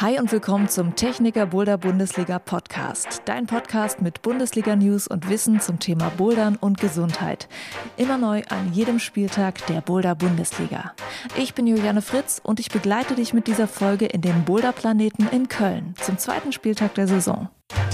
Hi und willkommen zum Techniker Boulder Bundesliga Podcast. Dein Podcast mit Bundesliga-News und Wissen zum Thema Bouldern und Gesundheit. Immer neu an jedem Spieltag der Boulder Bundesliga. Ich bin Juliane Fritz und ich begleite dich mit dieser Folge in den Boulder-Planeten in Köln zum zweiten Spieltag der Saison.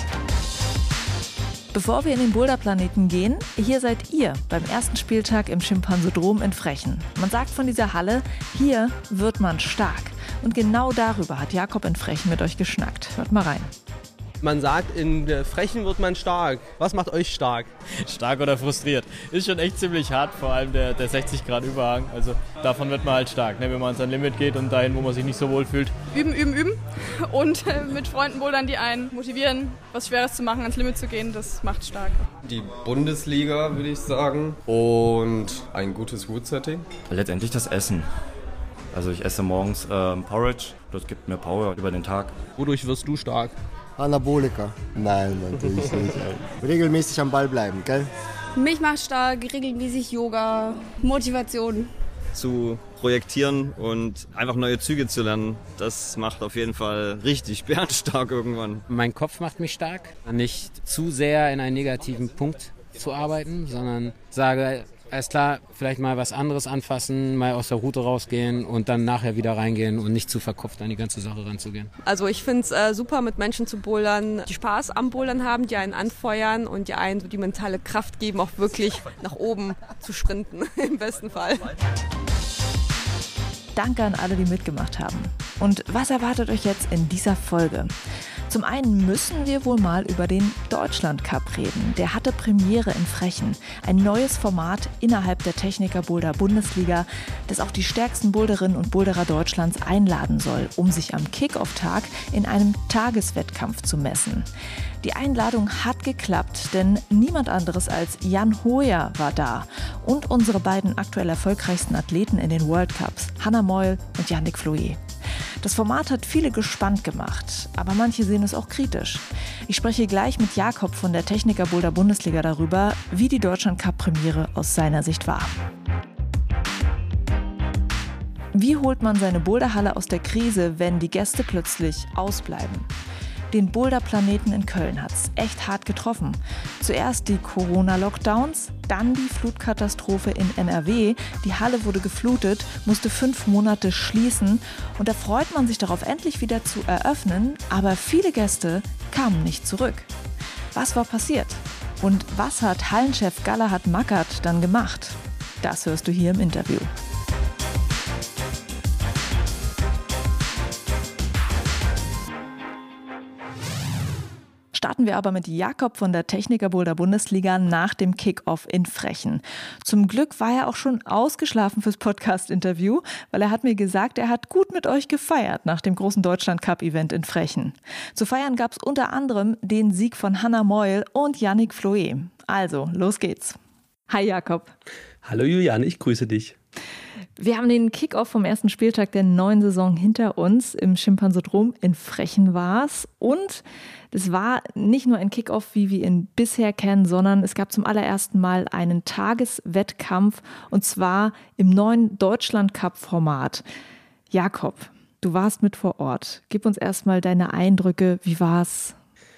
Bevor wir in den Boulder-Planeten gehen, hier seid ihr beim ersten Spieltag im Schimpansedrom in Frechen. Man sagt von dieser Halle, hier wird man stark. Und genau darüber hat Jakob in Frechen mit euch geschnackt. Hört mal rein. Man sagt, in Frechen wird man stark. Was macht euch stark? Stark oder frustriert. Ist schon echt ziemlich hart, vor allem der 60-Grad-Überhang. Also davon wird man halt stark, ne? Wenn man ans Limit geht und dahin, wo man sich nicht so wohl fühlt. Üben und mit Freunden bouldern, die einen motivieren, was Schweres zu machen, ans Limit zu gehen, das macht stark. Die Bundesliga, würde ich sagen, und ein gutes Route-Setting. Letztendlich das Essen. Also ich esse morgens Porridge, das gibt mir Power über den Tag. Wodurch wirst du stark? Anabolika. Nein, natürlich nicht. Regelmäßig am Ball bleiben, gell? Mich macht stark, regelmäßig Yoga, Motivation. Zu projektieren und einfach neue Züge zu lernen, das macht auf jeden Fall richtig bärenstark irgendwann. Mein Kopf macht mich stark, nicht zu sehr in einen negativen Punkt zu arbeiten, sondern sage, alles klar, vielleicht mal was anderes anfassen, mal aus der Route rausgehen und dann nachher wieder reingehen und nicht zu verkopft an die ganze Sache ranzugehen. Also ich finde es super, mit Menschen zu bouldern, die Spaß am Bouldern haben, die einen anfeuern und die einen so die mentale Kraft geben, auch wirklich nach oben zu sprinten, im besten Fall. Danke an alle, die mitgemacht haben. Und was erwartet euch jetzt in dieser Folge? Zum einen müssen wir wohl mal über den Deutschland Cup reden. Der hatte Premiere in Frechen. Ein neues Format innerhalb der Techniker Boulder Bundesliga, das auch die stärksten Boulderinnen und Boulderer Deutschlands einladen soll, um sich am Kick-Off-Tag in einem Tageswettkampf zu messen. Die Einladung hat geklappt, denn niemand anderes als Jan Hoyer war da und unsere beiden aktuell erfolgreichsten Athleten in den World Cups, Hannah Moyle und Yannick Floyer. Das Format hat viele gespannt gemacht, aber manche sehen es auch kritisch. Ich spreche gleich mit Jakob von der Techniker Boulder Bundesliga darüber, wie die Deutschland Cup Premiere aus seiner Sicht war. Wie holt man seine Boulderhalle aus der Krise, wenn die Gäste plötzlich ausbleiben? Den Boulder-Planeten in Köln hat's echt hart getroffen. Zuerst die Corona-Lockdowns, dann die Flutkatastrophe in NRW. Die Halle wurde geflutet, musste 5 Monate schließen. Und da freut man sich darauf, endlich wieder zu eröffnen. Aber viele Gäste kamen nicht zurück. Was war passiert? Und was hat Hallenchef Galahad Mackert dann gemacht? Das hörst du hier im Interview. Starten wir aber mit Jakob von der Techniker Boulder Bundesliga nach dem Kick-Off in Frechen. Zum Glück war er auch schon ausgeschlafen fürs Podcast-Interview, weil er hat mir gesagt, er hat gut mit euch gefeiert nach dem großen Deutschland-Cup-Event in Frechen. Zu feiern gab es unter anderem den Sieg von Hannah Moyle und Yannick Floyer. Also, los geht's. Hi Jakob. Hallo Juliane, ich grüße dich. Wir haben den Kick-Off vom ersten Spieltag der neuen Saison hinter uns. Im Schimpansedrom in Frechen war's. Und es war nicht nur ein Kick-Off, wie wir ihn bisher kennen, sondern es gab zum allerersten Mal einen Tageswettkampf und zwar im neuen Deutschland-Cup-Format. Jakob, du warst mit vor Ort. Gib uns erstmal deine Eindrücke. Wie war's?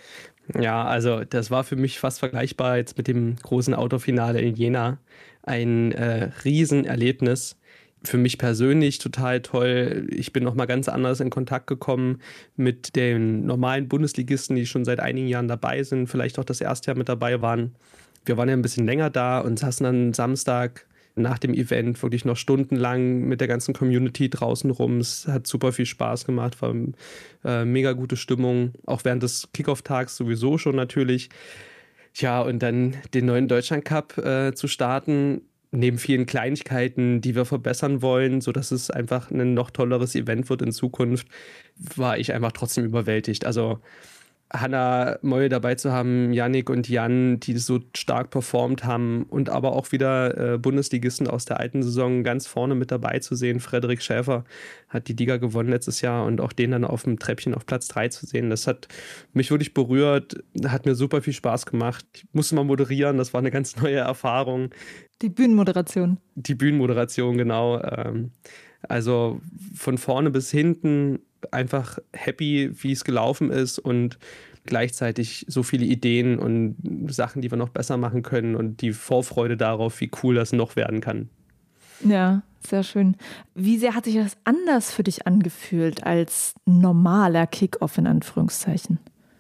Ja, also das war für mich fast vergleichbar jetzt mit dem großen Outdoor-Finale in Jena. Ein Riesenerlebnis. Für mich persönlich total toll. Ich bin nochmal ganz anders in Kontakt gekommen mit den normalen Bundesligisten, die schon seit einigen Jahren dabei sind, vielleicht auch das erste Jahr mit dabei waren. Wir waren ja ein bisschen länger da und saßen dann Samstag nach dem Event wirklich noch stundenlang mit der ganzen Community draußen rum. Es hat super viel Spaß gemacht, war mega gute Stimmung, auch während des Kickoff-Tags sowieso schon natürlich. Ja, und dann den neuen Deutschland Cup zu starten, neben vielen Kleinigkeiten, die wir verbessern wollen, sodass es einfach ein noch tolleres Event wird in Zukunft, war ich einfach trotzdem überwältigt. Also Hannah Moyle dabei zu haben, Yannick und Jan, die so stark performt haben und aber auch wieder Bundesligisten aus der alten Saison ganz vorne mit dabei zu sehen. Frederik Schäfer hat die Liga gewonnen letztes Jahr und auch den dann auf dem Treppchen auf Platz 3 zu sehen, das hat mich wirklich berührt, hat mir super viel Spaß gemacht. Ich musste mal moderieren, das war eine ganz neue Erfahrung. Die Bühnenmoderation. Die Bühnenmoderation, genau. Also von vorne bis hinten einfach happy, wie es gelaufen ist und gleichzeitig so viele Ideen und Sachen, die wir noch besser machen können und die Vorfreude darauf, wie cool das noch werden kann. Ja, sehr schön. Wie sehr hat sich das anders für dich angefühlt als normaler Kick-Off in Anführungszeichen?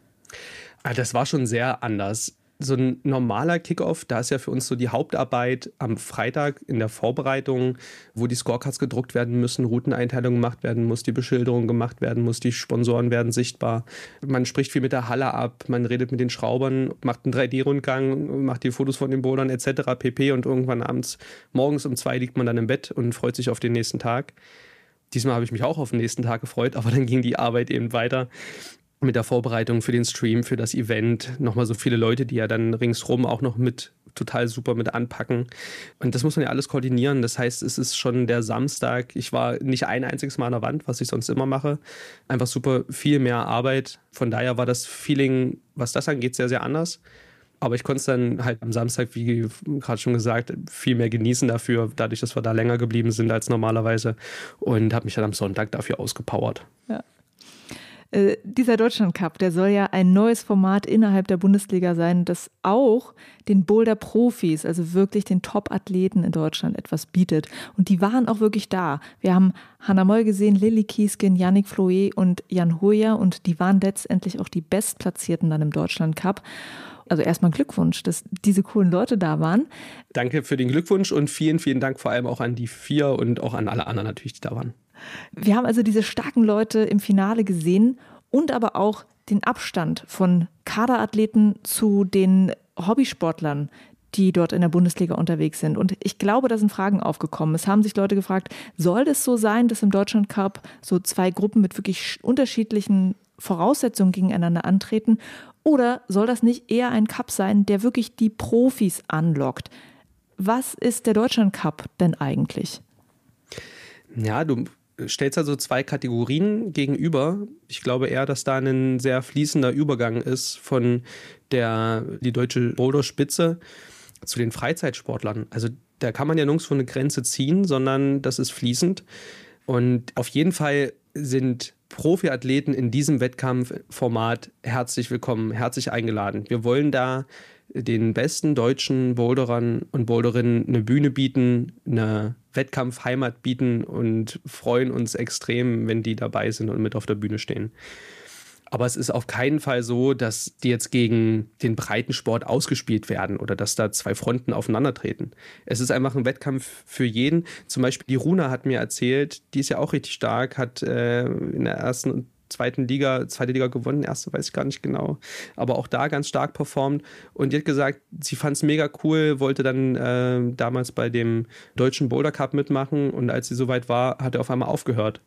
Das war schon sehr anders. So ein normaler Kickoff, da ist ja für uns so die Hauptarbeit am Freitag in der Vorbereitung, wo die Scorecards gedruckt werden müssen, Routeneinteilung gemacht werden muss, die Beschilderung gemacht werden muss, die Sponsoren werden sichtbar. Man spricht viel mit der Halle ab, man redet mit den Schraubern, macht einen 3D-Rundgang, macht die Fotos von den Bouldern etc. pp. Und irgendwann morgens um 2 liegt man dann im Bett und freut sich auf den nächsten Tag. Diesmal habe ich mich auch auf den nächsten Tag gefreut, aber dann ging die Arbeit eben weiter. Mit der Vorbereitung für den Stream, für das Event, nochmal so viele Leute, die ja dann ringsrum auch noch mit total super mit anpacken. Und das muss man ja alles koordinieren. Das heißt, es ist schon der Samstag. Ich war nicht ein einziges Mal an der Wand, was ich sonst immer mache. Einfach super viel mehr Arbeit. Von daher war das Feeling, was das angeht, sehr, sehr anders. Aber ich konnte es dann halt am Samstag, wie gerade schon gesagt, viel mehr genießen dafür, dadurch, dass wir da länger geblieben sind als normalerweise. Und habe mich dann am Sonntag dafür ausgepowert. Ja. Dieser Deutschland-Cup, der soll ja ein neues Format innerhalb der Bundesliga sein, das auch den Boulder-Profis, also wirklich den Top-Athleten in Deutschland etwas bietet. Und die waren auch wirklich da. Wir haben Hannah Moll gesehen, Lilly Kiesken, Yannick Floé und Jan Hoyer und die waren letztendlich auch die Bestplatzierten dann im Deutschland-Cup. Also erstmal Glückwunsch, dass diese coolen Leute da waren. Danke für den Glückwunsch und vielen, vielen Dank vor allem auch an die 4 und auch an alle anderen natürlich, die da waren. Wir haben also diese starken Leute im Finale gesehen und aber auch den Abstand von Kaderathleten zu den Hobbysportlern, die dort in der Bundesliga unterwegs sind. Und ich glaube, da sind Fragen aufgekommen. Es haben sich Leute gefragt, soll es so sein, dass im Deutschland-Cup so 2 Gruppen mit wirklich unterschiedlichen Voraussetzungen gegeneinander antreten? Oder soll das nicht eher ein Cup sein, der wirklich die Profis anlockt? Was ist der Deutschland-Cup denn eigentlich? Ja, du stellst also 2 Kategorien gegenüber. Ich glaube eher, dass da ein sehr fließender Übergang ist von die deutsche Boulderspitze zu den Freizeitsportlern. Also da kann man ja nirgendwo eine Grenze ziehen, sondern das ist fließend. Und auf jeden Fall sind Profiathleten in diesem Wettkampfformat herzlich willkommen, herzlich eingeladen. Wir wollen da den besten deutschen Boulderern und Boulderinnen eine Bühne bieten, eine Wettkampfheimat bieten und freuen uns extrem, wenn die dabei sind und mit auf der Bühne stehen. Aber es ist auf keinen Fall so, dass die jetzt gegen den Breitensport ausgespielt werden oder dass da 2 Fronten aufeinandertreten. Es ist einfach ein Wettkampf für jeden. Zum Beispiel die Runa hat mir erzählt, die ist ja auch richtig stark, hat in der ersten und zweite Liga gewonnen, erste weiß ich gar nicht genau, aber auch da ganz stark performt und die hat gesagt, sie fand es mega cool, wollte dann damals bei dem Deutschen Boulder Cup mitmachen und als sie soweit war, hat er auf einmal aufgehört.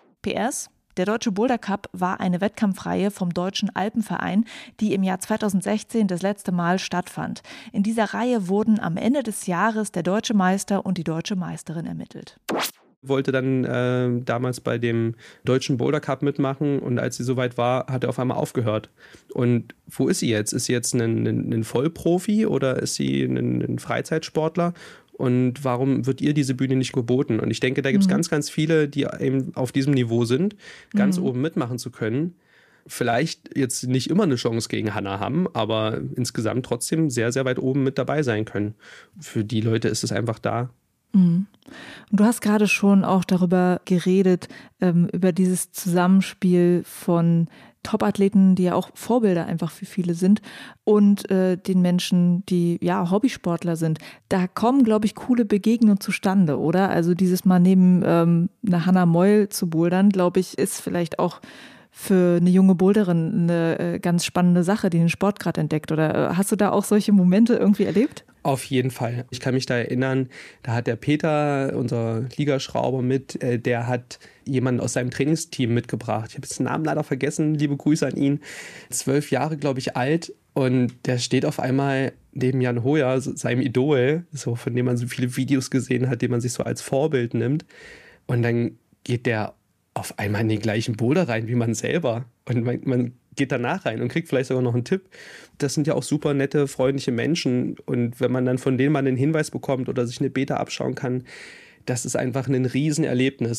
PS: Der Deutsche Boulder Cup war eine Wettkampfreihe vom Deutschen Alpenverein, die im Jahr 2016 das letzte Mal stattfand. In dieser Reihe wurden am Ende des Jahres der Deutsche Meister und die Deutsche Meisterin ermittelt. Wollte dann damals bei dem Deutschen Boulder Cup mitmachen und als sie soweit war, hat er auf einmal aufgehört. Und wo ist sie jetzt? Ist sie jetzt ein Vollprofi oder ist sie ein Freizeitsportler? Und warum wird ihr diese Bühne nicht geboten? Und ich denke, da gibt es ganz, ganz viele, die eben auf diesem Niveau sind, ganz oben mitmachen zu können. Vielleicht jetzt nicht immer eine Chance gegen Hannah haben, aber insgesamt trotzdem sehr, sehr weit oben mit dabei sein können. Für die Leute ist es einfach da. Und du hast gerade schon auch darüber geredet, über dieses Zusammenspiel von Top-Athleten, die ja auch Vorbilder einfach für viele sind, und den Menschen, die ja Hobbysportler sind. Da kommen, glaube ich, coole Begegnungen zustande, oder? Also dieses Mal neben einer Hannah Moll zu bouldern, glaube ich, ist vielleicht auch für eine junge Boulderin eine ganz spannende Sache, die den Sport gerade entdeckt. Oder hast du da auch solche Momente irgendwie erlebt? Auf jeden Fall. Ich kann mich da erinnern, da hat der Peter, unser Ligaschrauber der hat jemanden aus seinem Trainingsteam mitgebracht. Ich habe jetzt den Namen leider vergessen, liebe Grüße an ihn. 12 Jahre, glaube ich, alt und der steht auf einmal neben Jan Hoyer, seinem Idol, so von dem man so viele Videos gesehen hat, den man sich so als Vorbild nimmt. Und dann geht der auf einmal in den gleichen Boulder rein wie man selber. Und man geht danach rein und kriegt vielleicht sogar noch einen Tipp. Das sind ja auch super nette, freundliche Menschen. Und wenn man dann von denen mal einen Hinweis bekommt oder sich eine Beta abschauen kann, das ist einfach ein Riesenerlebnis.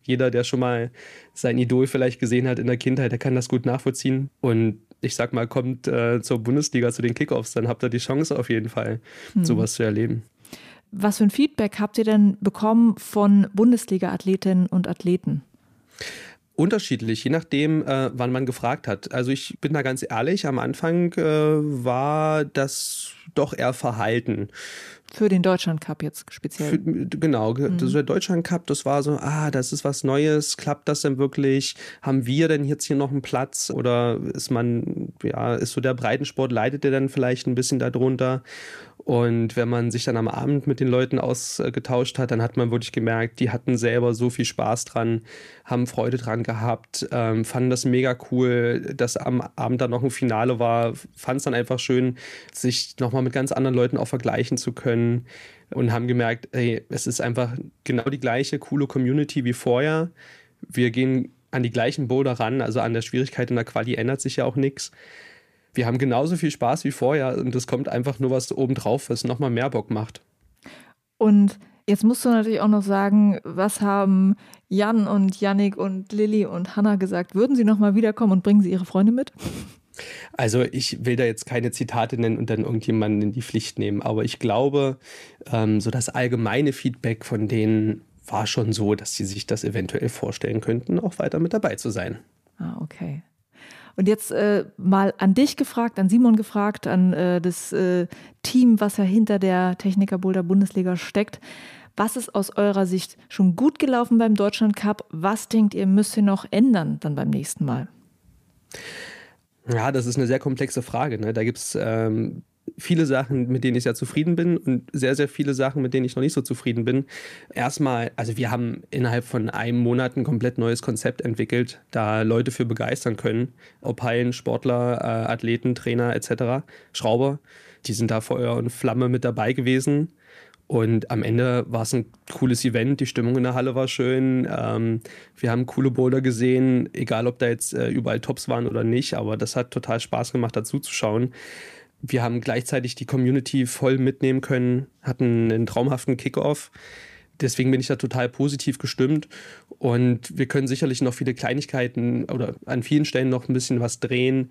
jeder, der schon mal sein Idol vielleicht gesehen hat in der Kindheit, der kann das gut nachvollziehen. Und ich sag mal, kommt zur Bundesliga, zu den Kickoffs, dann habt ihr die Chance auf jeden Fall, sowas zu erleben. Was für ein Feedback habt ihr denn bekommen von Bundesliga-Athletinnen und Athleten? Unterschiedlich, je nachdem, wann man gefragt hat. Also ich bin da ganz ehrlich, am Anfang war das doch eher verhalten. Für den Deutschlandcup jetzt speziell. Genau, der Deutschlandcup, das war so, das ist was Neues, klappt das denn wirklich? Haben wir denn jetzt hier noch einen Platz? Oder ist so der Breitensport, leidet der dann vielleicht ein bisschen darunter? Und wenn man sich dann am Abend mit den Leuten ausgetauscht hat, dann hat man wirklich gemerkt, die hatten selber so viel Spaß dran, haben Freude dran gehabt, fanden das mega cool, dass am Abend dann noch ein Finale war, fanden es dann einfach schön, sich nochmal mit ganz anderen Leuten auch vergleichen zu können und haben gemerkt, ey, es ist einfach genau die gleiche coole Community wie vorher. Wir gehen an die gleichen Boulder ran, also an der Schwierigkeit in der Quali ändert sich ja auch nichts. Wir haben genauso viel Spaß wie vorher und es kommt einfach nur was obendrauf, was nochmal mehr Bock macht. Und jetzt musst du natürlich auch noch sagen, was haben Jan und Yannick und Lilly und Hanna gesagt? Würden sie nochmal wiederkommen und bringen sie ihre Freunde mit? Also ich will da jetzt keine Zitate nennen und dann irgendjemanden in die Pflicht nehmen, aber ich glaube, so das allgemeine Feedback von denen war schon so, dass sie sich das eventuell vorstellen könnten, auch weiter mit dabei zu sein. Ah, okay. Und jetzt mal an dich gefragt, an Simon gefragt, an das Team, was ja hinter der Techniker Boulder Bundesliga steckt. Was ist aus eurer Sicht schon gut gelaufen beim Deutschlandcup? Was denkt ihr, müsst ihr noch ändern dann beim nächsten Mal? Ja, das ist eine sehr komplexe Frage, ne? Da gibt es viele Sachen, mit denen ich sehr zufrieden bin und sehr, sehr viele Sachen, mit denen ich noch nicht so zufrieden bin. Erstmal, also wir haben innerhalb von einem Monat ein komplett neues Konzept entwickelt, da Leute für begeistern können. Ob Hallen, Sportler, Athleten, Trainer etc., Schrauber, die sind da Feuer und Flamme mit dabei gewesen. Und am Ende war es ein cooles Event, die Stimmung in der Halle war schön. Wir haben coole Boulder gesehen, egal ob da jetzt überall Tops waren oder nicht, aber das hat total Spaß gemacht, dazu zu schauen. Wir haben gleichzeitig die Community voll mitnehmen können, hatten einen traumhaften Kickoff. Deswegen bin ich da total positiv gestimmt und wir können sicherlich noch viele Kleinigkeiten oder an vielen Stellen noch ein bisschen was drehen.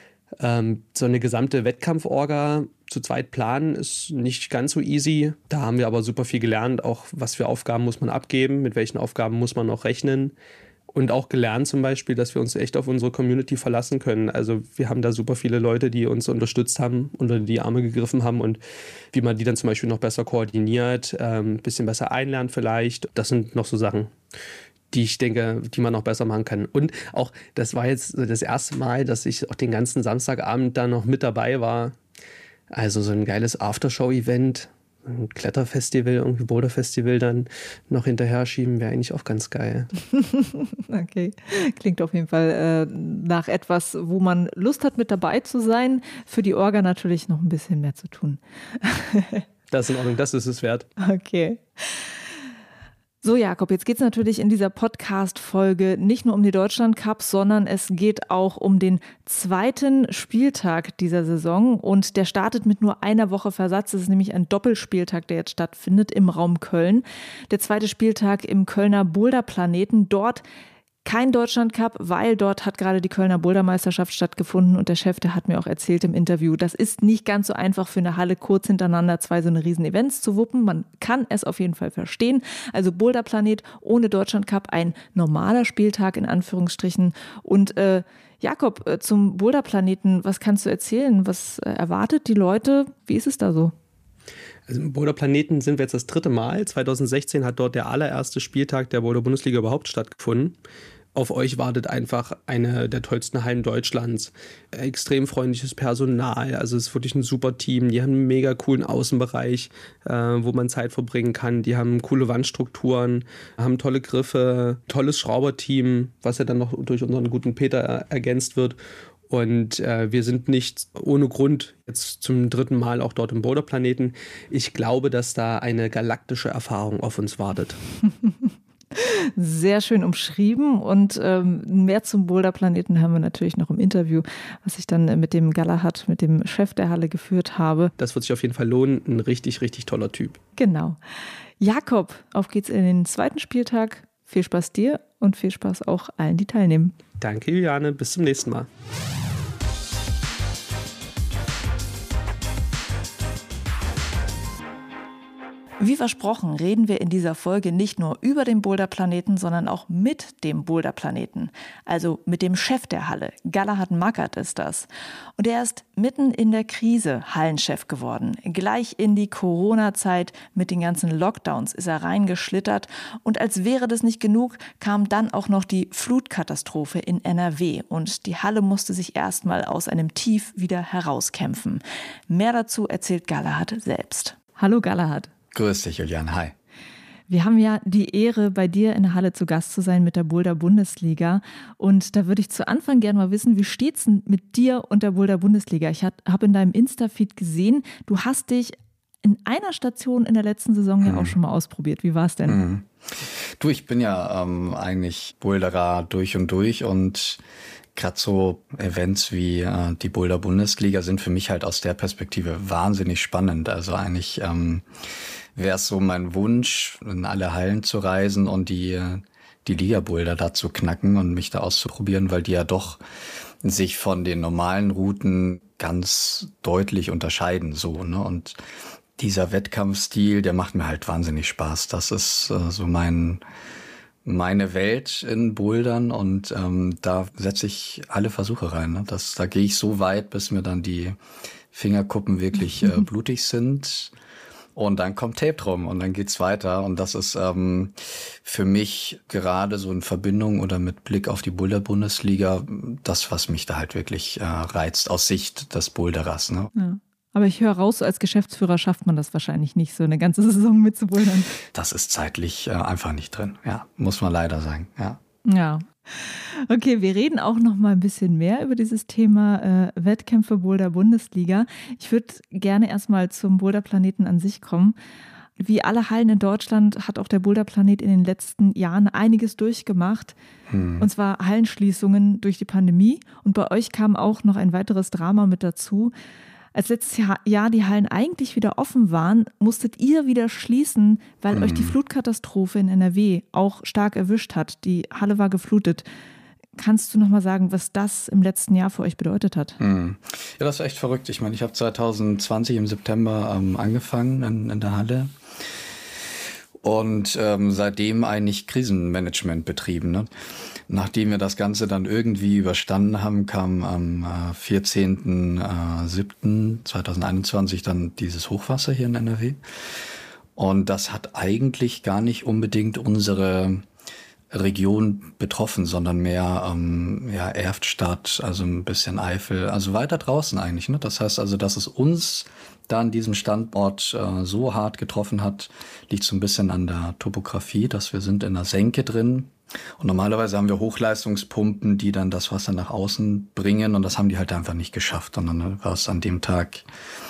So eine gesamte Wettkampforga zu zweit planen ist nicht ganz so easy. Da haben wir aber super viel gelernt, auch was für Aufgaben muss man abgeben, mit welchen Aufgaben muss man noch rechnen. Und auch gelernt zum Beispiel, dass wir uns echt auf unsere Community verlassen können. Also wir haben da super viele Leute, die uns unterstützt haben, unter die Arme gegriffen haben und wie man die dann zum Beispiel noch besser koordiniert, ein bisschen besser einlernt vielleicht. Das sind noch so Sachen, die ich denke, die man noch besser machen kann. Und auch, das war jetzt das erste Mal, dass ich auch den ganzen Samstagabend da noch mit dabei war. Also so ein geiles Aftershow-Event, ein Kletterfestival, irgendwie Boulderfestival dann noch hinterher schieben, wäre eigentlich auch ganz geil. Okay, klingt auf jeden Fall nach etwas, wo man Lust hat, mit dabei zu sein. Für die Orga natürlich noch ein bisschen mehr zu tun. Das ist in Ordnung, das ist es wert. Okay. So, Jakob, jetzt geht es natürlich in dieser Podcast-Folge nicht nur um die Deutschlandcups, sondern es geht auch um den zweiten Spieltag dieser Saison und der startet mit nur einer Woche Versatz. Das ist nämlich ein Doppelspieltag, der jetzt stattfindet im Raum Köln. Der zweite Spieltag im Kölner Boulderplaneten. Dort kein Deutschlandcup, weil dort hat gerade die Kölner Bouldermeisterschaft stattgefunden und der Chef, der hat mir auch erzählt im Interview, das ist nicht ganz so einfach für eine Halle kurz hintereinander zwei so eine riesen Events zu wuppen. Man kann es auf jeden Fall verstehen. Also Boulderplanet ohne Deutschlandcup, ein normaler Spieltag in Anführungsstrichen. Und Jakob, zum Boulderplaneten, was kannst du erzählen? Was erwartet die Leute? Wie ist es da so? Also im Boulderplaneten sind wir jetzt das 3. Mal. 2016 hat dort der allererste Spieltag der Boulder-Bundesliga überhaupt stattgefunden. Auf euch wartet einfach eine der tollsten Hallen Deutschlands. Extrem freundliches Personal, also es ist wirklich ein super Team. Die haben einen mega coolen Außenbereich, wo man Zeit verbringen kann. Die haben coole Wandstrukturen, haben tolle Griffe, tolles Schrauberteam, was ja dann noch durch unseren guten Peter ergänzt wird. Und wir sind nicht ohne Grund jetzt zum 3. Mal auch dort im Boulderplaneten. Ich glaube, dass da eine galaktische Erfahrung auf uns wartet. Sehr schön umschrieben und mehr zum Boulderplaneten haben wir natürlich noch im Interview, was ich dann mit dem Galahad, mit dem Chef der Halle geführt habe. Das wird sich auf jeden Fall lohnen. Ein richtig, richtig toller Typ. Genau. Jakob, auf geht's in den zweiten Spieltag Viel Spaß dir und viel Spaß auch allen, die teilnehmen. Danke, Juliane. Bis zum nächsten Mal. Wie versprochen, reden wir in dieser Folge nicht nur über den Boulderplaneten, sondern auch mit dem Boulderplaneten. Also mit dem Chef der Halle. Galahad Mackert ist das. Und er ist mitten in der Krise Hallenchef geworden. Gleich in die Corona-Zeit mit den ganzen Lockdowns ist er reingeschlittert. Und als wäre das nicht genug, kam dann auch noch die Flutkatastrophe in NRW. Und die Halle musste sich erstmal aus einem Tief wieder herauskämpfen. Mehr dazu erzählt Galahad selbst. Hallo Galahad. Grüß dich, Julian. Hi. Wir haben ja die Ehre, bei dir in der Halle zu Gast zu sein mit der Boulder-Bundesliga. Und da würde ich zu Anfang gerne mal wissen, wie steht's denn mit dir und der Boulder-Bundesliga? Ich habe in deinem Insta-Feed gesehen, du hast dich in einer Station in der letzten Saison ja auch schon mal ausprobiert. Wie war es denn? Du, ich bin ja eigentlich Boulderer durch und gerade so Events wie die Boulder-Bundesliga sind für mich halt aus der Perspektive wahnsinnig spannend. Also eigentlich wäre es so mein Wunsch, in alle Hallen zu reisen und die Liga-Boulder da zu knacken und mich da auszuprobieren, weil die ja doch sich von den normalen Routen ganz deutlich unterscheiden. So, ne? Und dieser Wettkampfstil, der macht mir halt wahnsinnig Spaß. Das ist so meine Welt in Bouldern und da setze ich alle Versuche rein. Ne? Da gehe ich so weit, bis mir dann die Fingerkuppen wirklich blutig sind. Und dann kommt Tape drum und dann geht's weiter. Und das ist für mich gerade so in Verbindung oder mit Blick auf die Boulder-Bundesliga das, was mich da halt wirklich reizt aus Sicht des Boulderers. Ne? Ja. Aber ich höre raus, als Geschäftsführer schafft man das wahrscheinlich nicht, so eine ganze Saison mitzubouldern. Das ist zeitlich einfach nicht drin, ja, muss man leider sagen, ja. Ja. Okay, wir reden auch noch mal ein bisschen mehr über dieses Thema Wettkämpfe Boulder-Bundesliga. Ich würde gerne erstmal zum Boulderplaneten an sich kommen. Wie alle Hallen in Deutschland hat auch der Boulderplanet in den letzten Jahren einiges durchgemacht. Und zwar Hallenschließungen durch die Pandemie. Und bei euch kam auch noch ein weiteres Drama mit dazu. Als letztes Jahr die Hallen eigentlich wieder offen waren, musstet ihr wieder schließen, weil euch die Flutkatastrophe in NRW auch stark erwischt hat. Die Halle war geflutet. Kannst du noch mal sagen, was das im letzten Jahr für euch bedeutet hat? Ja, das war echt verrückt. Ich meine, ich habe 2020 im September angefangen in der Halle und seitdem eigentlich Krisenmanagement betrieben. Ne? Nachdem wir das Ganze dann irgendwie überstanden haben, kam am 14.07.2021 dann dieses Hochwasser hier in NRW. Und das hat eigentlich gar nicht unbedingt unsere Region betroffen, sondern mehr Erftstadt, also ein bisschen Eifel, also weiter draußen eigentlich. Ne? Das heißt also, dass es uns da an diesem Standort so hart getroffen hat, liegt so ein bisschen an der Topografie, dass wir sind in einer Senke drin. Und normalerweise haben wir Hochleistungspumpen, die dann das Wasser nach außen bringen und das haben die halt einfach nicht geschafft. Und dann war es an dem Tag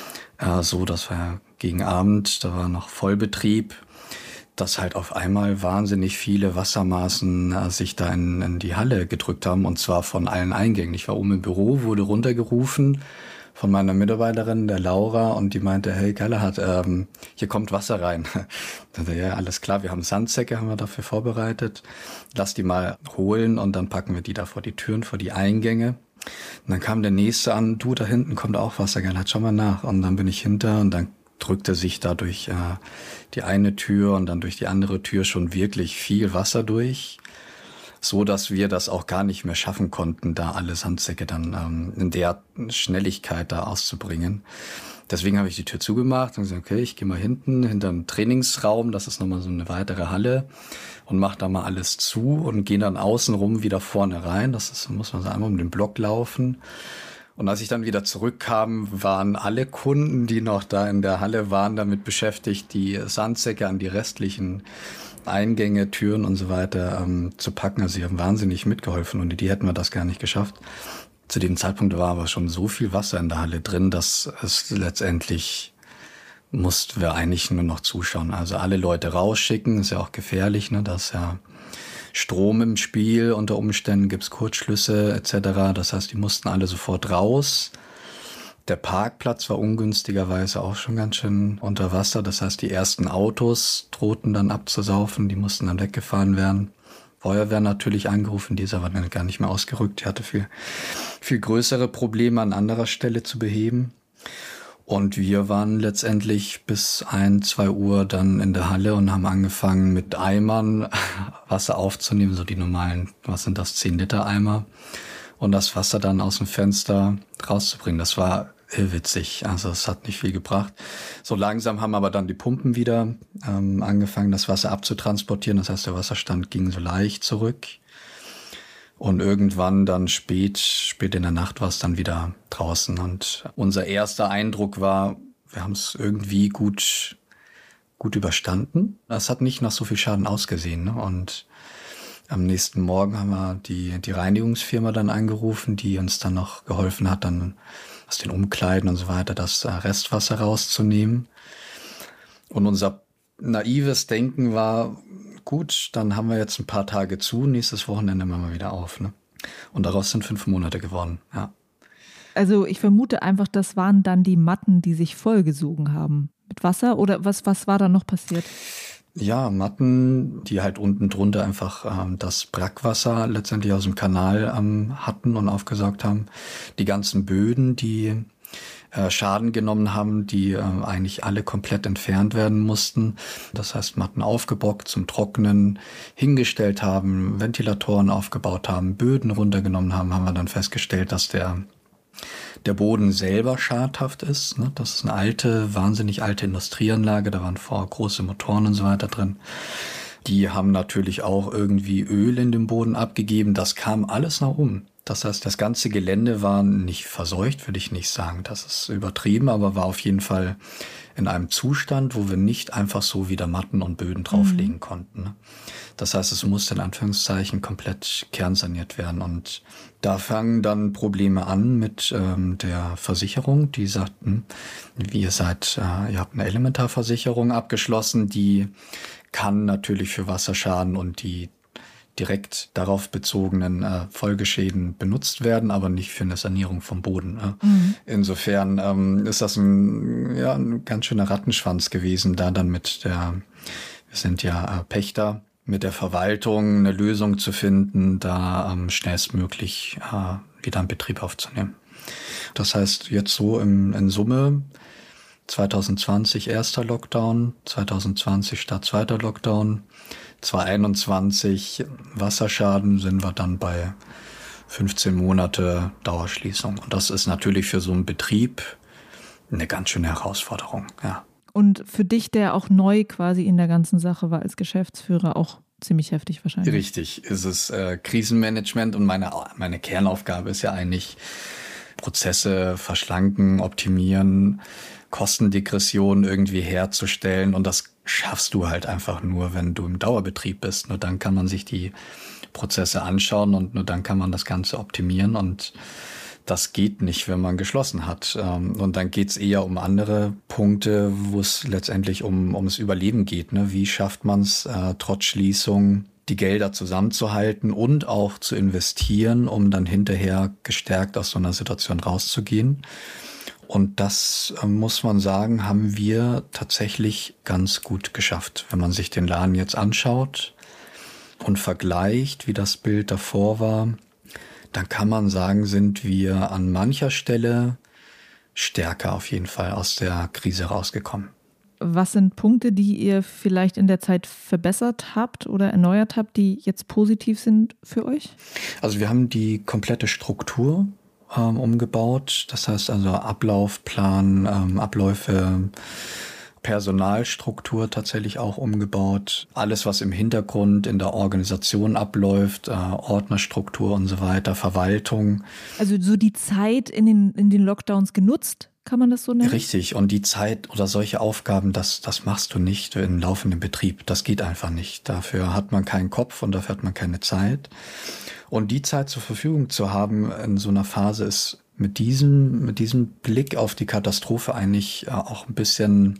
so, dass wir gegen Abend, da war noch Vollbetrieb, dass halt auf einmal wahnsinnig viele Wassermaßen sich da in die Halle gedrückt haben und zwar von allen Eingängen. Ich war oben im Büro, wurde runtergerufen von meiner Mitarbeiterin, der Laura, und die meinte, hey Galahad, hier kommt Wasser rein. Dann dachte ich, ja, alles klar, wir haben Sandsäcke, haben wir dafür vorbereitet. Lass die mal holen und dann packen wir die da vor die Türen, vor die Eingänge. Und dann kam der Nächste an, du, da hinten kommt auch Wasser, Galahad, schau mal nach. Und dann bin ich hinter und dann drückte sich da durch die eine Tür und dann durch die andere Tür schon wirklich viel Wasser durch, so dass wir das auch gar nicht mehr schaffen konnten, da alle Sandsäcke dann in der Schnelligkeit da auszubringen. Deswegen habe ich die Tür zugemacht und gesagt, okay, ich gehe mal hinter den Trainingsraum, das ist nochmal so eine weitere Halle, und mache da mal alles zu und gehe dann außenrum wieder vorne rein. Das ist, muss man sagen, einmal um den Block laufen. Und als ich dann wieder zurückkam, waren alle Kunden, die noch da in der Halle waren, damit beschäftigt, die Sandsäcke an die restlichen Eingänge, Türen und so weiter zu packen. Also sie haben wahnsinnig mitgeholfen und die hätten wir das gar nicht geschafft. Zu dem Zeitpunkt war aber schon so viel Wasser in der Halle drin, dass es letztendlich mussten wir eigentlich nur noch zuschauen. Also alle Leute rausschicken, ist ja auch gefährlich, ne? Da ist ja Strom im Spiel, unter Umständen gibt's Kurzschlüsse etc. Das heißt, die mussten alle sofort raus. Der Parkplatz war ungünstigerweise auch schon ganz schön unter Wasser. Das heißt, die ersten Autos drohten dann abzusaufen, die mussten dann weggefahren werden. Feuerwehr natürlich angerufen, die ist aber dann gar nicht mehr ausgerückt. Die hatte viel größere Probleme an anderer Stelle zu beheben. Und wir waren letztendlich bis 1, 2 Uhr dann in der Halle und haben angefangen mit Eimern Wasser aufzunehmen, so die normalen, 10 Liter Eimer, und das Wasser dann aus dem Fenster rauszubringen. Das war irrwitzig, also es hat nicht viel gebracht. So langsam haben aber dann die Pumpen wieder angefangen, das Wasser abzutransportieren. Das heißt, der Wasserstand ging so leicht zurück. Und irgendwann dann spät in der Nacht war es dann wieder draußen. Und unser erster Eindruck war, wir haben es irgendwie gut überstanden. Es hat nicht nach so viel Schaden ausgesehen, ne? Und am nächsten Morgen haben wir die Reinigungsfirma dann angerufen, die uns dann noch geholfen hat, dann aus den Umkleiden und so weiter das Restwasser rauszunehmen. Und unser naives Denken war, gut, dann haben wir jetzt ein paar Tage zu, nächstes Wochenende machen wir wieder auf. Ne? Und daraus sind 5 Monate geworden, ja. Also ich vermute einfach, das waren dann die Matten, die sich vollgesogen haben mit Wasser, oder was war da noch passiert? Ja, Matten, die halt unten drunter einfach das Brackwasser letztendlich aus dem Kanal hatten und aufgesaugt haben. Die ganzen Böden, die Schaden genommen haben, die eigentlich alle komplett entfernt werden mussten. Das heißt, Matten aufgebockt, zum Trocknen hingestellt haben, Ventilatoren aufgebaut haben, Böden runtergenommen haben, haben wir dann festgestellt, dass der Boden selber schadhaft ist. Ne? Das ist eine wahnsinnig alte Industrieanlage, da waren vorher große Motoren und so weiter drin. Die haben natürlich auch irgendwie Öl in den Boden abgegeben. Das kam alles nach oben. Das heißt, das ganze Gelände war nicht verseucht, würde ich nicht sagen. Das ist übertrieben, aber war auf jeden Fall in einem Zustand, wo wir nicht einfach so wieder Matten und Böden drauflegen konnten. Ne? Das heißt, es musste in Anführungszeichen komplett kernsaniert werden. Und da fangen dann Probleme an mit der Versicherung. Die sagten, ihr habt eine Elementarversicherung abgeschlossen, die kann natürlich für Wasserschaden und die direkt darauf bezogenen Folgeschäden benutzt werden, aber nicht für eine Sanierung vom Boden. Insofern ist das ein ganz schöner Rattenschwanz gewesen, da dann wir sind ja Pächter, mit der Verwaltung eine Lösung zu finden, da schnellstmöglich wieder einen Betrieb aufzunehmen. Das heißt, jetzt so in Summe 2020 erster Lockdown, 2020 statt zweiter Lockdown, 2021 Wasserschaden, sind wir dann bei 15 Monate Dauerschließung. Und das ist natürlich für so einen Betrieb eine ganz schöne Herausforderung, ja. Und für dich, der auch neu quasi in der ganzen Sache war als Geschäftsführer, auch ziemlich heftig wahrscheinlich. Richtig, ist es Krisenmanagement, und meine Kernaufgabe ist ja eigentlich Prozesse verschlanken, optimieren, Kostendegression irgendwie herzustellen, und das schaffst du halt einfach nur, wenn du im Dauerbetrieb bist. Nur dann kann man sich die Prozesse anschauen und nur dann kann man das Ganze optimieren, und das geht nicht, wenn man geschlossen hat. Und dann geht's eher um andere Punkte, wo es letztendlich ums Überleben geht. Ne? Wie schafft man es, trotz Schließung die Gelder zusammenzuhalten und auch zu investieren, um dann hinterher gestärkt aus so einer Situation rauszugehen? Und das, muss man sagen, haben wir tatsächlich ganz gut geschafft. Wenn man sich den Laden jetzt anschaut und vergleicht, wie das Bild davor war, dann kann man sagen, sind wir an mancher Stelle stärker auf jeden Fall aus der Krise rausgekommen. Was sind Punkte, die ihr vielleicht in der Zeit verbessert habt oder erneuert habt, die jetzt positiv sind für euch? Also wir haben die komplette Struktur umgebaut. Das heißt also Ablaufplan, Abläufe, Personalstruktur tatsächlich auch umgebaut. Alles, was im Hintergrund in der Organisation abläuft, Ordnerstruktur und so weiter, Verwaltung. Also so die Zeit in den Lockdowns genutzt, kann man das so nennen? Richtig. Und die Zeit oder solche Aufgaben, das machst du nicht im laufenden Betrieb. Das geht einfach nicht. Dafür hat man keinen Kopf und dafür hat man keine Zeit. Und die Zeit zur Verfügung zu haben in so einer Phase ist mit diesem Blick auf die Katastrophe eigentlich auch ein bisschen,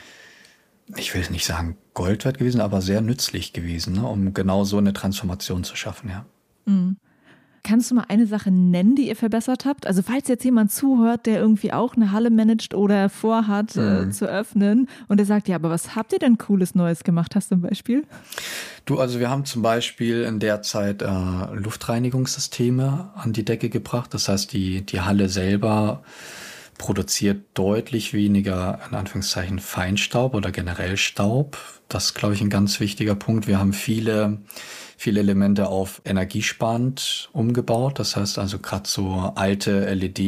ich will nicht sagen Gold wert gewesen, aber sehr nützlich gewesen, ne, um genau so eine Transformation zu schaffen, ja. Kannst du mal eine Sache nennen, die ihr verbessert habt? Also falls jetzt jemand zuhört, der irgendwie auch eine Halle managt oder vorhat zu öffnen und der sagt, ja, aber was habt ihr denn Cooles Neues gemacht? Hast du ein Beispiel? Also wir haben zum Beispiel in der Zeit Luftreinigungssysteme an die Decke gebracht. Das heißt, die Halle selber produziert deutlich weniger, in Anführungszeichen, Feinstaub oder generell Staub. Das ist, glaube ich, ein ganz wichtiger Punkt. Wir haben viele Elemente auf energiesparend umgebaut. Das heißt also gerade so alte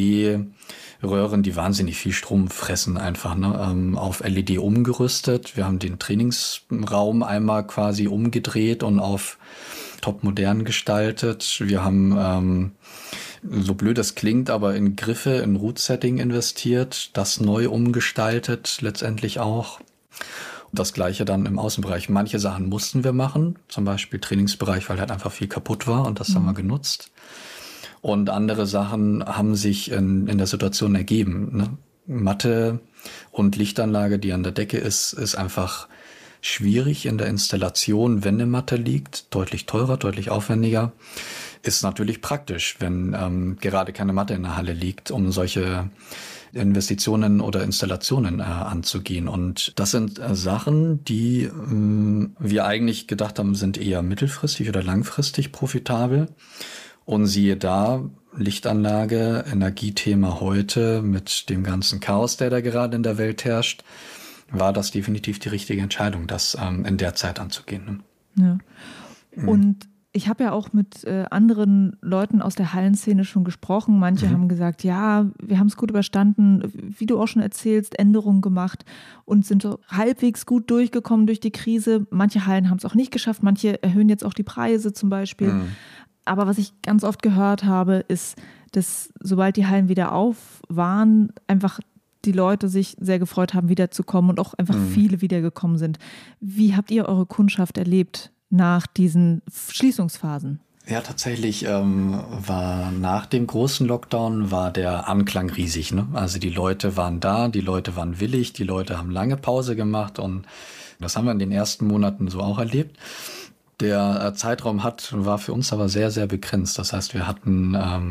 LED-Röhren, die wahnsinnig viel Strom fressen einfach, ne, auf LED umgerüstet. Wir haben den Trainingsraum einmal quasi umgedreht und auf top modern gestaltet. Wir haben, so blöd das klingt, aber in Griffe, in Root-Setting investiert, das neu umgestaltet letztendlich auch. Das Gleiche dann im Außenbereich. Manche Sachen mussten wir machen, zum Beispiel Trainingsbereich, weil halt einfach viel kaputt war und das haben wir genutzt. Und andere Sachen haben sich in der Situation ergeben. Ne? Matte und Lichtanlage, die an der Decke ist einfach schwierig in der Installation, wenn eine Matte liegt. Deutlich teurer, deutlich aufwendiger. Ist natürlich praktisch, wenn gerade keine Matte in der Halle liegt, um solche Investitionen oder Installationen anzugehen. Und das sind Sachen, die wir eigentlich gedacht haben, sind eher mittelfristig oder langfristig profitabel. Und siehe da, Lichtanlage, Energiethema heute mit dem ganzen Chaos, der da gerade in der Welt herrscht, war das definitiv die richtige Entscheidung, das in der Zeit anzugehen. Ne? Ja. Und ich habe ja auch mit anderen Leuten aus der Hallenszene schon gesprochen. Manche haben gesagt, ja, wir haben es gut überstanden, wie du auch schon erzählst, Änderungen gemacht und sind so halbwegs gut durchgekommen durch die Krise. Manche Hallen haben es auch nicht geschafft, manche erhöhen jetzt auch die Preise zum Beispiel. Aber was ich ganz oft gehört habe, ist, dass sobald die Hallen wieder auf waren, einfach die Leute sich sehr gefreut haben, wiederzukommen und auch einfach viele wiedergekommen sind. Wie habt ihr eure Kundschaft erlebt nach diesen Schließungsphasen? Ja, tatsächlich war nach dem großen Lockdown war der Anklang riesig. Ne? Also die Leute waren da, die Leute waren willig, die Leute haben lange Pause gemacht und das haben wir in den ersten Monaten so auch erlebt. Der Zeitraum war für uns aber sehr, sehr begrenzt. Das heißt, wir hatten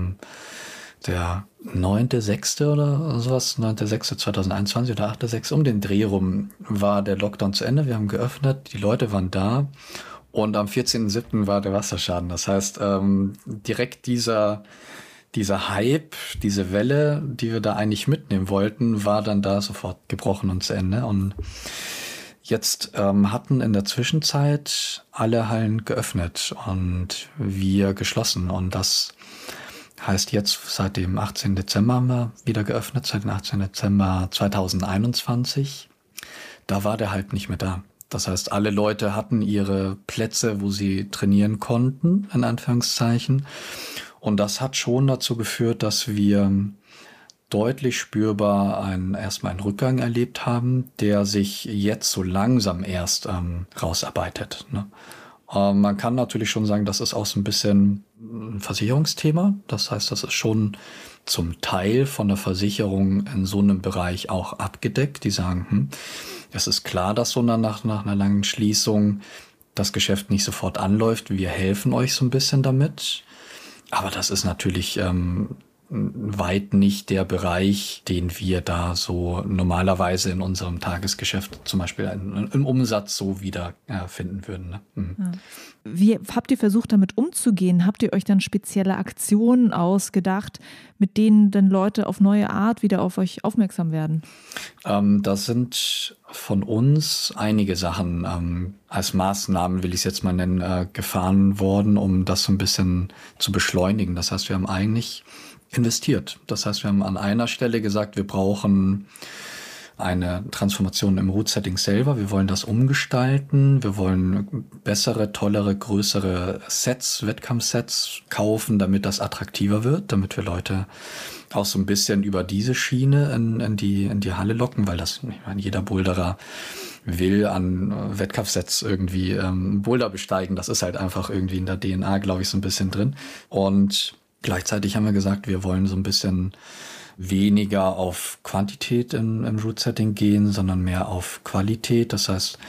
der 9.6. oder sowas, 9.6.2021 oder 8.6. um den Dreh rum war der Lockdown zu Ende. Wir haben geöffnet, die Leute waren da. Und am 14.7. war der Wasserschaden. Das heißt, direkt dieser Hype, diese Welle, die wir da eigentlich mitnehmen wollten, war dann da sofort gebrochen und zu Ende. Und jetzt hatten in der Zwischenzeit alle Hallen geöffnet und wir geschlossen. Und das heißt jetzt seit dem 18. Dezember haben wir wieder geöffnet, seit dem 18. Dezember 2021. Da war der Hype nicht mehr da. Das heißt, alle Leute hatten ihre Plätze, wo sie trainieren konnten, in Anführungszeichen. Und das hat schon dazu geführt, dass wir deutlich spürbar erstmal einen Rückgang erlebt haben, der sich jetzt so langsam erst rausarbeitet. Ne? Man kann natürlich schon sagen, das ist auch so ein bisschen ein Versicherungsthema. Das heißt, das ist schon zum Teil von der Versicherung in so einem Bereich auch abgedeckt. Die sagen, es ist klar, dass so nach einer langen Schließung das Geschäft nicht sofort anläuft. Wir helfen euch so ein bisschen damit. Aber das ist natürlich weit nicht der Bereich, den wir da so normalerweise in unserem Tagesgeschäft zum Beispiel im Umsatz so wieder finden würden. Ne? Ja. Wie habt ihr versucht, damit umzugehen? Habt ihr euch dann spezielle Aktionen ausgedacht, mit denen dann Leute auf neue Art wieder auf euch aufmerksam werden? Da sind von uns einige Sachen als Maßnahmen, will ich es jetzt mal nennen, gefahren worden, um das so ein bisschen zu beschleunigen. Das heißt, wir haben eigentlich investiert. Das heißt, wir haben an einer Stelle gesagt, wir brauchen eine Transformation im Root-Setting selber. Wir wollen das umgestalten. Wir wollen bessere, tollere, größere Sets, Wettkampfsets kaufen, damit das attraktiver wird, damit wir Leute auch so ein bisschen über diese Schiene in die Halle locken, weil das, ich meine, jeder Boulderer will an Wettkampfsets irgendwie Boulder besteigen. Das ist halt einfach irgendwie in der DNA, glaube ich, so ein bisschen drin. Und gleichzeitig haben wir gesagt, wir wollen so ein bisschen weniger auf Quantität im Root-Setting gehen, sondern mehr auf Qualität. Das heißt,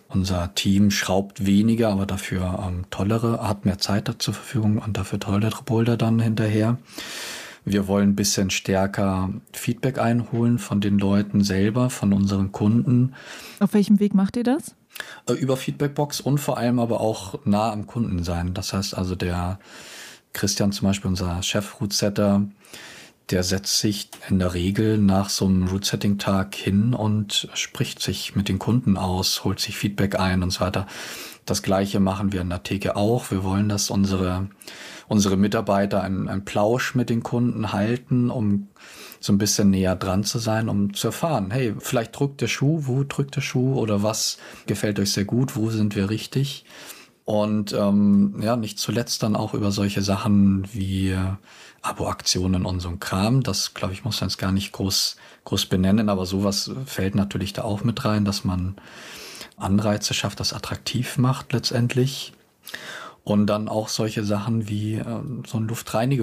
Unser Team schraubt weniger, aber dafür hat mehr Zeit zur Verfügung und dafür tollere Boulder dann hinterher. Wir wollen ein bisschen stärker Feedback einholen von den Leuten selber, von unseren Kunden. Auf welchem Weg macht ihr das? Über Feedbackbox und vor allem aber auch nah am Kunden sein. Das heißt also, der Christian zum Beispiel, unser Chef-Root-Setter, der setzt sich in der Regel nach so einem Root-Setting-Tag hin und spricht sich mit den Kunden aus, holt sich Feedback ein und so weiter. Das Gleiche machen wir in der Theke auch. Wir wollen, dass unsere Mitarbeiter einen Plausch mit den Kunden halten, um so ein bisschen näher dran zu sein, um zu erfahren, hey, vielleicht drückt der Schuh, wo drückt der Schuh oder was gefällt euch sehr gut, wo sind wir richtig? Und nicht zuletzt dann auch über solche Sachen wie Abo-Aktionen und so ein Kram. Das, glaube ich, muss man jetzt gar nicht groß benennen, aber sowas fällt natürlich da auch mit rein, dass man Anreize schafft, das attraktiv macht letztendlich. Und dann auch solche Sachen wie so ein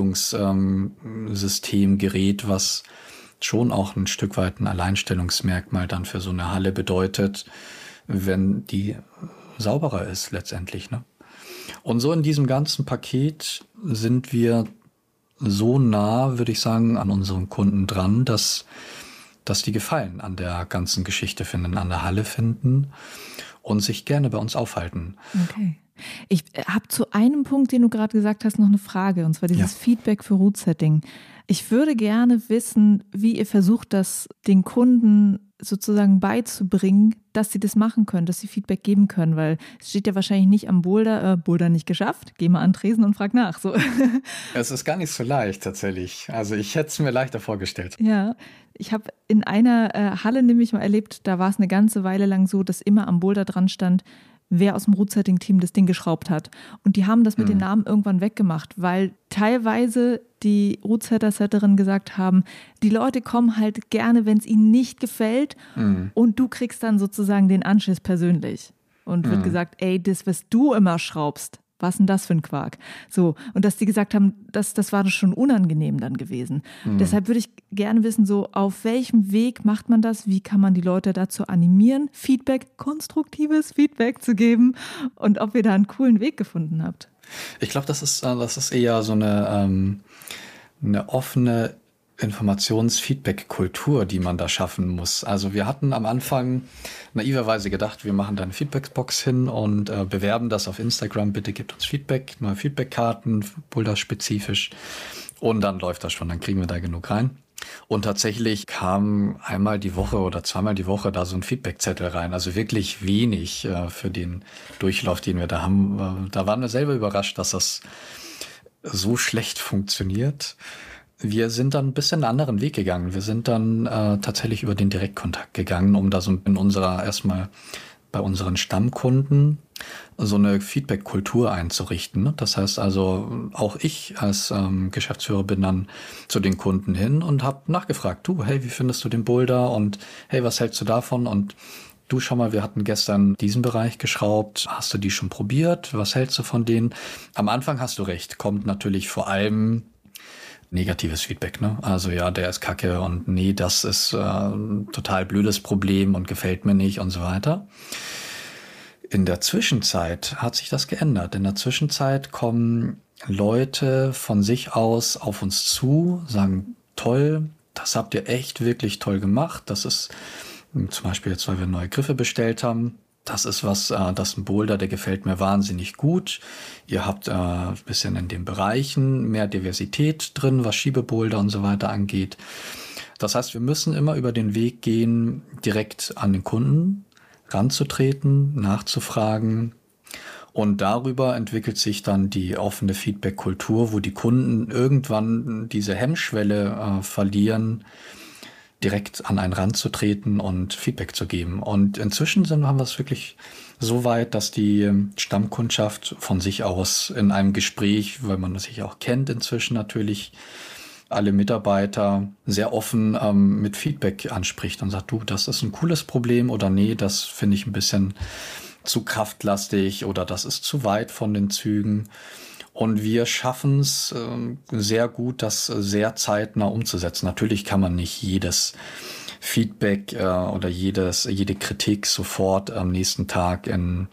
Luftreinigungssystemgerät, was schon auch ein Stück weit ein Alleinstellungsmerkmal dann für so eine Halle bedeutet, wenn die sauberer ist letztendlich, ne? Und so in diesem ganzen Paket sind wir so nah, würde ich sagen, an unseren Kunden dran, dass die Gefallen an der ganzen Geschichte finden, an der Halle finden und sich gerne bei uns aufhalten. Okay. Ich habe zu einem Punkt, den du gerade gesagt hast, noch eine Frage, und zwar dieses Feedback für Root-Setting. Ich würde gerne wissen, wie ihr versucht, das den Kunden sozusagen beizubringen, dass sie das machen können, dass sie Feedback geben können, weil es steht ja wahrscheinlich nicht am Boulder, Boulder nicht geschafft, geh mal an den Tresen und frag nach. So. Es ist gar nicht so leicht tatsächlich. Also ich hätte es mir leichter vorgestellt. Ja, ich habe in einer Halle nämlich mal erlebt, da war es eine ganze Weile lang so, dass immer am Boulder dran stand, wer aus dem Root-Setting-Team das Ding geschraubt hat. Und die haben das mit dem Namen irgendwann weggemacht, weil teilweise die Root-Setter-Setterinnen gesagt haben, die Leute kommen halt gerne, wenn es ihnen nicht gefällt, und du kriegst dann sozusagen den Anschiss persönlich. Und wird gesagt, ey, das, was du immer schraubst, was denn das für ein Quark? So, und dass die gesagt haben, das war schon unangenehm dann gewesen. Deshalb würde ich gerne wissen, so auf welchem Weg macht man das? Wie kann man die Leute dazu animieren, Feedback, konstruktives Feedback zu geben, und ob ihr da einen coolen Weg gefunden habt? Ich glaube, das ist eher so eine offene Informations-Feedback-Kultur, die man da schaffen muss. Also wir hatten am Anfang naiverweise gedacht, wir machen da eine Feedback-Box hin und bewerben das auf Instagram, bitte gebt uns Feedback, neue Feedback-Karten, Boulder-spezifisch, und dann läuft das schon, dann kriegen wir da genug rein. Und tatsächlich kam einmal die Woche oder zweimal die Woche da so ein Feedback-Zettel rein, also wirklich wenig für den Durchlauf, den wir da haben. Da waren wir selber überrascht, dass das so schlecht funktioniert. Wir sind dann ein bisschen einen anderen Weg gegangen. Wir sind dann tatsächlich über den Direktkontakt gegangen, um da so erstmal bei unseren Stammkunden so eine Feedback-Kultur einzurichten. Ne? Das heißt also, auch ich als Geschäftsführer bin dann zu den Kunden hin und habe nachgefragt, du, hey, wie findest du den Boulder? Und hey, was hältst du davon? Und du, schau mal, wir hatten gestern diesen Bereich geschraubt. Hast du die schon probiert? Was hältst du von denen? Am Anfang hast du recht, kommt natürlich vor allem negatives Feedback, ne? Also ja, der ist kacke und nee, das ist total blödes Problem und gefällt mir nicht und so weiter. In der Zwischenzeit hat sich das geändert. In der Zwischenzeit kommen Leute von sich aus auf uns zu, sagen, toll, das habt ihr echt wirklich toll gemacht. Das ist zum Beispiel jetzt, weil wir neue Griffe bestellt haben. Das ist das ist ein Boulder, der gefällt mir wahnsinnig gut. Ihr habt ein bisschen in den Bereichen mehr Diversität drin, was Schiebeboulder und so weiter angeht. Das heißt, wir müssen immer über den Weg gehen, direkt an den Kunden ranzutreten, nachzufragen. Und darüber entwickelt sich dann die offene Feedback-Kultur, wo die Kunden irgendwann diese Hemmschwelle verlieren, direkt an einen ranzutreten und Feedback zu geben. Und inzwischen haben wir es wirklich so weit, dass die Stammkundschaft von sich aus in einem Gespräch, weil man sich auch kennt inzwischen natürlich, alle Mitarbeiter sehr offen mit Feedback anspricht und sagt, du, das ist ein cooles Problem oder nee, das finde ich ein bisschen zu kraftlastig oder das ist zu weit von den Zügen. Und wir schaffen es sehr gut, das sehr zeitnah umzusetzen. Natürlich kann man nicht jedes Feedback oder jede Kritik sofort am nächsten Tag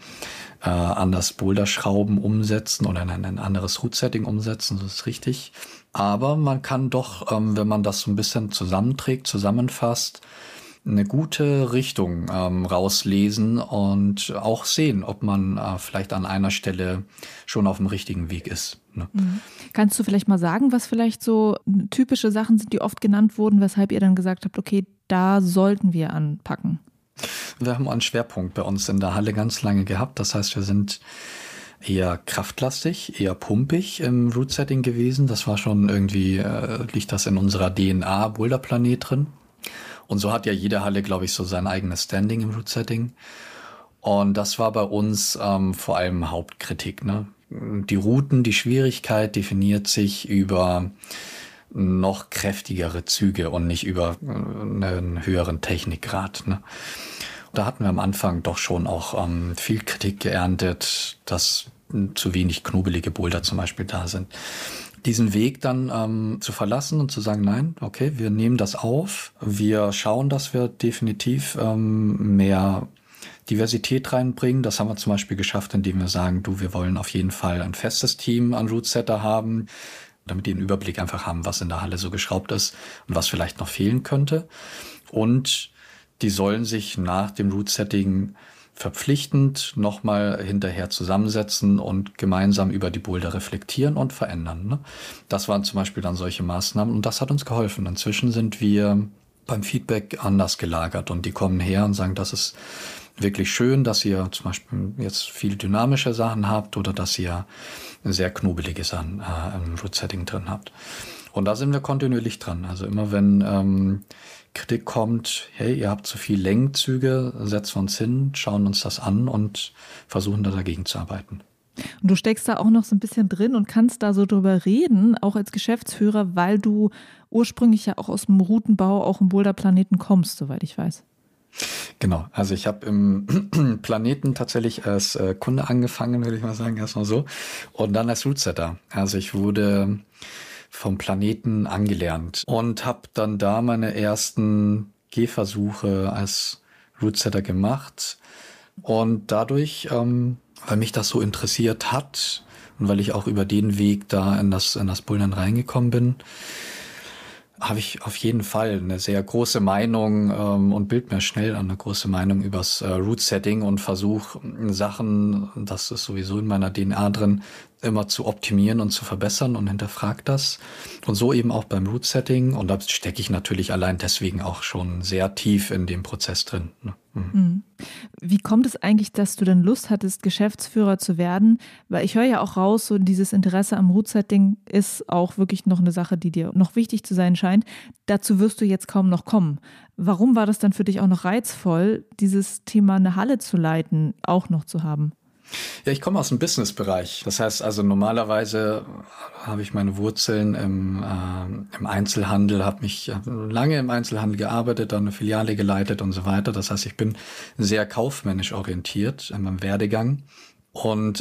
an das Boulderschrauben umsetzen oder in ein anderes Route-Setting umsetzen, das ist richtig. Aber man kann doch, wenn man das so ein bisschen zusammenfasst, eine gute Richtung rauslesen und auch sehen, ob man vielleicht an einer Stelle schon auf dem richtigen Weg ist. Ne? Kannst du vielleicht mal sagen, was vielleicht so typische Sachen sind, die oft genannt wurden, weshalb ihr dann gesagt habt, okay, da sollten wir anpacken? Wir haben einen Schwerpunkt bei uns in der Halle ganz lange gehabt. Das heißt, wir sind eher kraftlastig, eher pumpig im Route-Setting gewesen. Das war schon irgendwie, liegt das in unserer DNA Boulderplanet drin. Und so hat ja jede Halle, glaube ich, so sein eigenes Standing im Route-Setting. Und das war bei uns vor allem Hauptkritik. Ne? Die Routen, die Schwierigkeit definiert sich über noch kräftigere Züge und nicht über einen höheren Technikgrad. Ne? Da hatten wir am Anfang doch schon auch viel Kritik geerntet, dass zu wenig knobelige Boulder zum Beispiel da sind. Diesen Weg dann zu verlassen und zu sagen, nein, okay, wir nehmen das auf. Wir schauen, dass wir definitiv mehr Diversität reinbringen. Das haben wir zum Beispiel geschafft, indem wir sagen, wir wollen auf jeden Fall ein festes Team an Route-Setter haben, damit die einen Überblick einfach haben, was in der Halle so geschraubt ist und was vielleicht noch fehlen könnte. Und die sollen sich nach dem Route-Setting verpflichtend nochmal hinterher zusammensetzen und gemeinsam über die Boulder reflektieren und verändern. Ne? Das waren zum Beispiel dann solche Maßnahmen und das hat uns geholfen. Inzwischen sind wir beim Feedback anders gelagert und die kommen her und sagen, das ist wirklich schön, dass ihr zum Beispiel jetzt viel dynamische Sachen habt oder dass ihr sehr knobelige Sachen im Route-Setting drin habt. Und da sind wir kontinuierlich dran. Also immer wenn Kritik kommt, hey, ihr habt zu viel Längenzüge, setzen wir uns hin, schauen uns das an und versuchen da dagegen zu arbeiten. Und du steckst da auch noch so ein bisschen drin und kannst da so drüber reden, auch als Geschäftsführer, weil du ursprünglich ja auch aus dem Routenbau, auch im Boulderplaneten kommst, soweit ich weiß. Genau, also ich habe im Planeten tatsächlich als Kunde angefangen, würde ich mal sagen, erstmal so, und dann als Route-Setter. Also ich wurde vom Planeten angelernt und habe dann da meine ersten Gehversuche als Route-Setter gemacht und dadurch, weil mich das so interessiert hat und weil ich auch über den Weg da in das Bouldern reingekommen bin, habe ich auf jeden Fall eine sehr große Meinung und bild mir schnell eine große Meinung übers Route-Setting und versuche Sachen, das ist sowieso in meiner DNA drin, immer zu optimieren und zu verbessern und hinterfragt das. Und so eben auch beim Route-Setting. Und da stecke ich natürlich allein deswegen auch schon sehr tief in dem Prozess drin. Mhm. Wie kommt es eigentlich, dass du denn Lust hattest, Geschäftsführer zu werden? Weil ich höre ja auch raus, so dieses Interesse am Route-Setting ist auch wirklich noch eine Sache, die dir noch wichtig zu sein scheint. Dazu wirst du jetzt kaum noch kommen. Warum war das dann für dich auch noch reizvoll, dieses Thema eine Halle zu leiten, auch noch zu haben? Ja, ich komme aus dem Businessbereich. Das heißt also normalerweise habe ich meine Wurzeln im Einzelhandel, habe mich lange im Einzelhandel gearbeitet, dann eine Filiale geleitet und so weiter. Das heißt, ich bin sehr kaufmännisch orientiert in meinem Werdegang. Und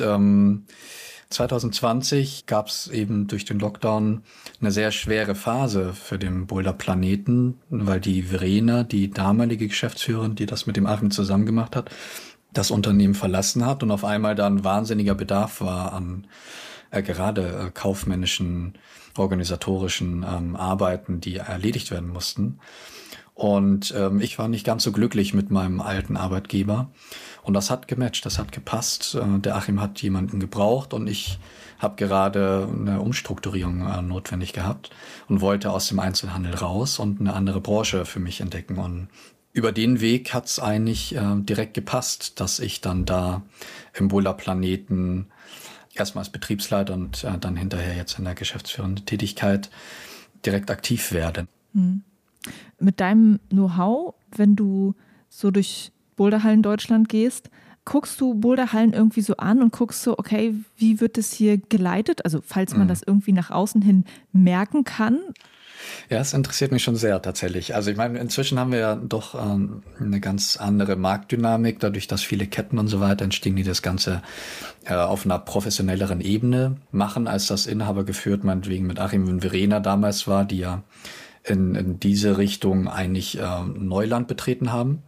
2020 gab es eben durch den Lockdown eine sehr schwere Phase für den Boulderplaneten, weil die Verena, die damalige Geschäftsführerin, die das mit dem Achim zusammen gemacht hat, das Unternehmen verlassen hat und auf einmal dann wahnsinniger Bedarf war an gerade kaufmännischen, organisatorischen Arbeiten, die erledigt werden mussten. Und ich war nicht ganz so glücklich mit meinem alten Arbeitgeber. Und das hat gematcht, das hat gepasst. Der Achim hat jemanden gebraucht und ich habe gerade eine Umstrukturierung notwendig gehabt und wollte aus dem Einzelhandel raus und eine andere Branche für mich entdecken. Und über den Weg hat es eigentlich direkt gepasst, dass ich dann da im Boulderplaneten erstmal als Betriebsleiter und dann hinterher jetzt in der geschäftsführenden Tätigkeit direkt aktiv werde. Mhm. Mit deinem Know-how, wenn du so durch Boulderhallen Deutschland gehst, guckst du Boulderhallen irgendwie so an und guckst so, okay, wie wird es hier geleitet? Also falls man das irgendwie nach außen hin merken kann. Ja, es interessiert mich schon sehr tatsächlich. Also ich meine, inzwischen haben wir ja doch eine ganz andere Marktdynamik, dadurch, dass viele Ketten und so weiter entstehen, die das Ganze auf einer professionelleren Ebene machen, als das Inhaber geführt, meinetwegen mit Achim und Verena damals war, die ja in diese Richtung eigentlich Neuland betreten haben.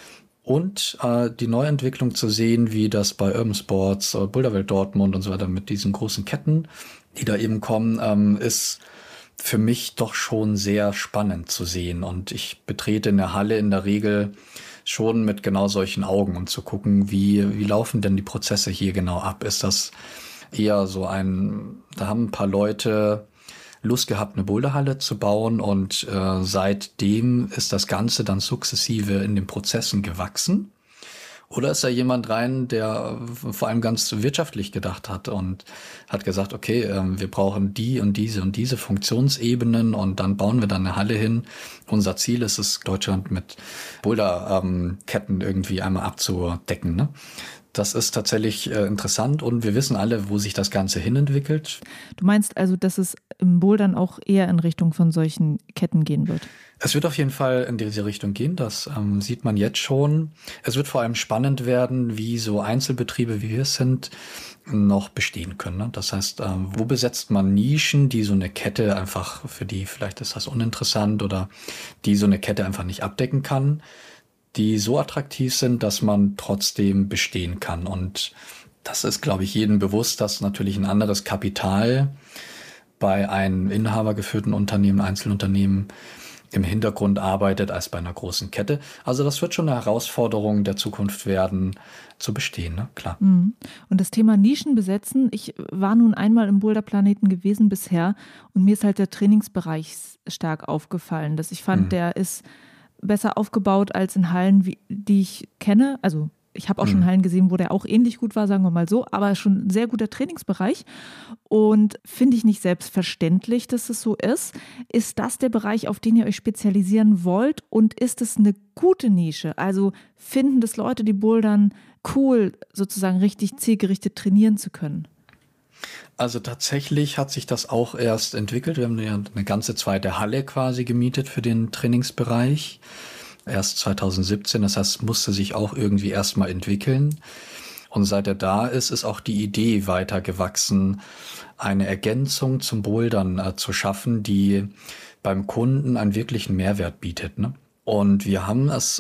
Und die Neuentwicklung zu sehen, wie das bei Urban Sports, Boulderwelt Dortmund und so weiter mit diesen großen Ketten, die da eben kommen, ist für mich doch schon sehr spannend zu sehen. Und ich betrete eine Halle in der Regel schon mit genau solchen Augen, um zu gucken, wie laufen denn die Prozesse hier genau ab. Ist das eher so da haben ein paar Leute Lust gehabt, eine Boulderhalle zu bauen und seitdem ist das Ganze dann sukzessive in den Prozessen gewachsen? Oder ist da jemand rein, der vor allem ganz wirtschaftlich gedacht hat und hat gesagt, okay, wir brauchen die und diese Funktionsebenen und dann bauen wir dann eine Halle hin. Unser Ziel ist es, Deutschland mit Boulderketten irgendwie einmal abzudecken, ne? Das ist tatsächlich interessant und wir wissen alle, wo sich das Ganze hinentwickelt. Du meinst also, dass es im Bouldern auch eher in Richtung von solchen Ketten gehen wird? Es wird auf jeden Fall in diese Richtung gehen, das sieht man jetzt schon. Es wird vor allem spannend werden, wie so Einzelbetriebe, wie wir es sind, noch bestehen können. Ne? Das heißt, wo besetzt man Nischen, die so eine Kette einfach, für die vielleicht ist das uninteressant oder die so eine Kette einfach nicht abdecken kann, die so attraktiv sind, dass man trotzdem bestehen kann. Und das ist, glaube ich, jedem bewusst, dass natürlich ein anderes Kapital bei einem inhabergeführten Unternehmen, Einzelunternehmen im Hintergrund arbeitet als bei einer großen Kette. Also das wird schon eine Herausforderung der Zukunft werden, zu bestehen, ne? Klar. Und das Thema Nischen besetzen, ich war nun einmal im Boulderplaneten gewesen bisher und mir ist halt der Trainingsbereich stark aufgefallen, dass ich fand, der ist besser aufgebaut als in Hallen, die ich kenne. Also ich habe auch schon Hallen gesehen, wo der auch ähnlich gut war, sagen wir mal so, aber schon ein sehr guter Trainingsbereich und finde ich nicht selbstverständlich, dass es so ist. Ist das der Bereich, auf den ihr euch spezialisieren wollt und ist es eine gute Nische? Also finden das Leute, die bouldern, cool, sozusagen richtig zielgerichtet trainieren zu können? Also tatsächlich hat sich das auch erst entwickelt. Wir haben ja eine ganze zweite Halle quasi gemietet für den Trainingsbereich. Erst 2017, das heißt, es musste sich auch irgendwie erstmal entwickeln. Und seit er da ist, ist auch die Idee weiter gewachsen, eine Ergänzung zum Bouldern zu schaffen, die beim Kunden einen wirklichen Mehrwert bietet, ne? Und wir haben es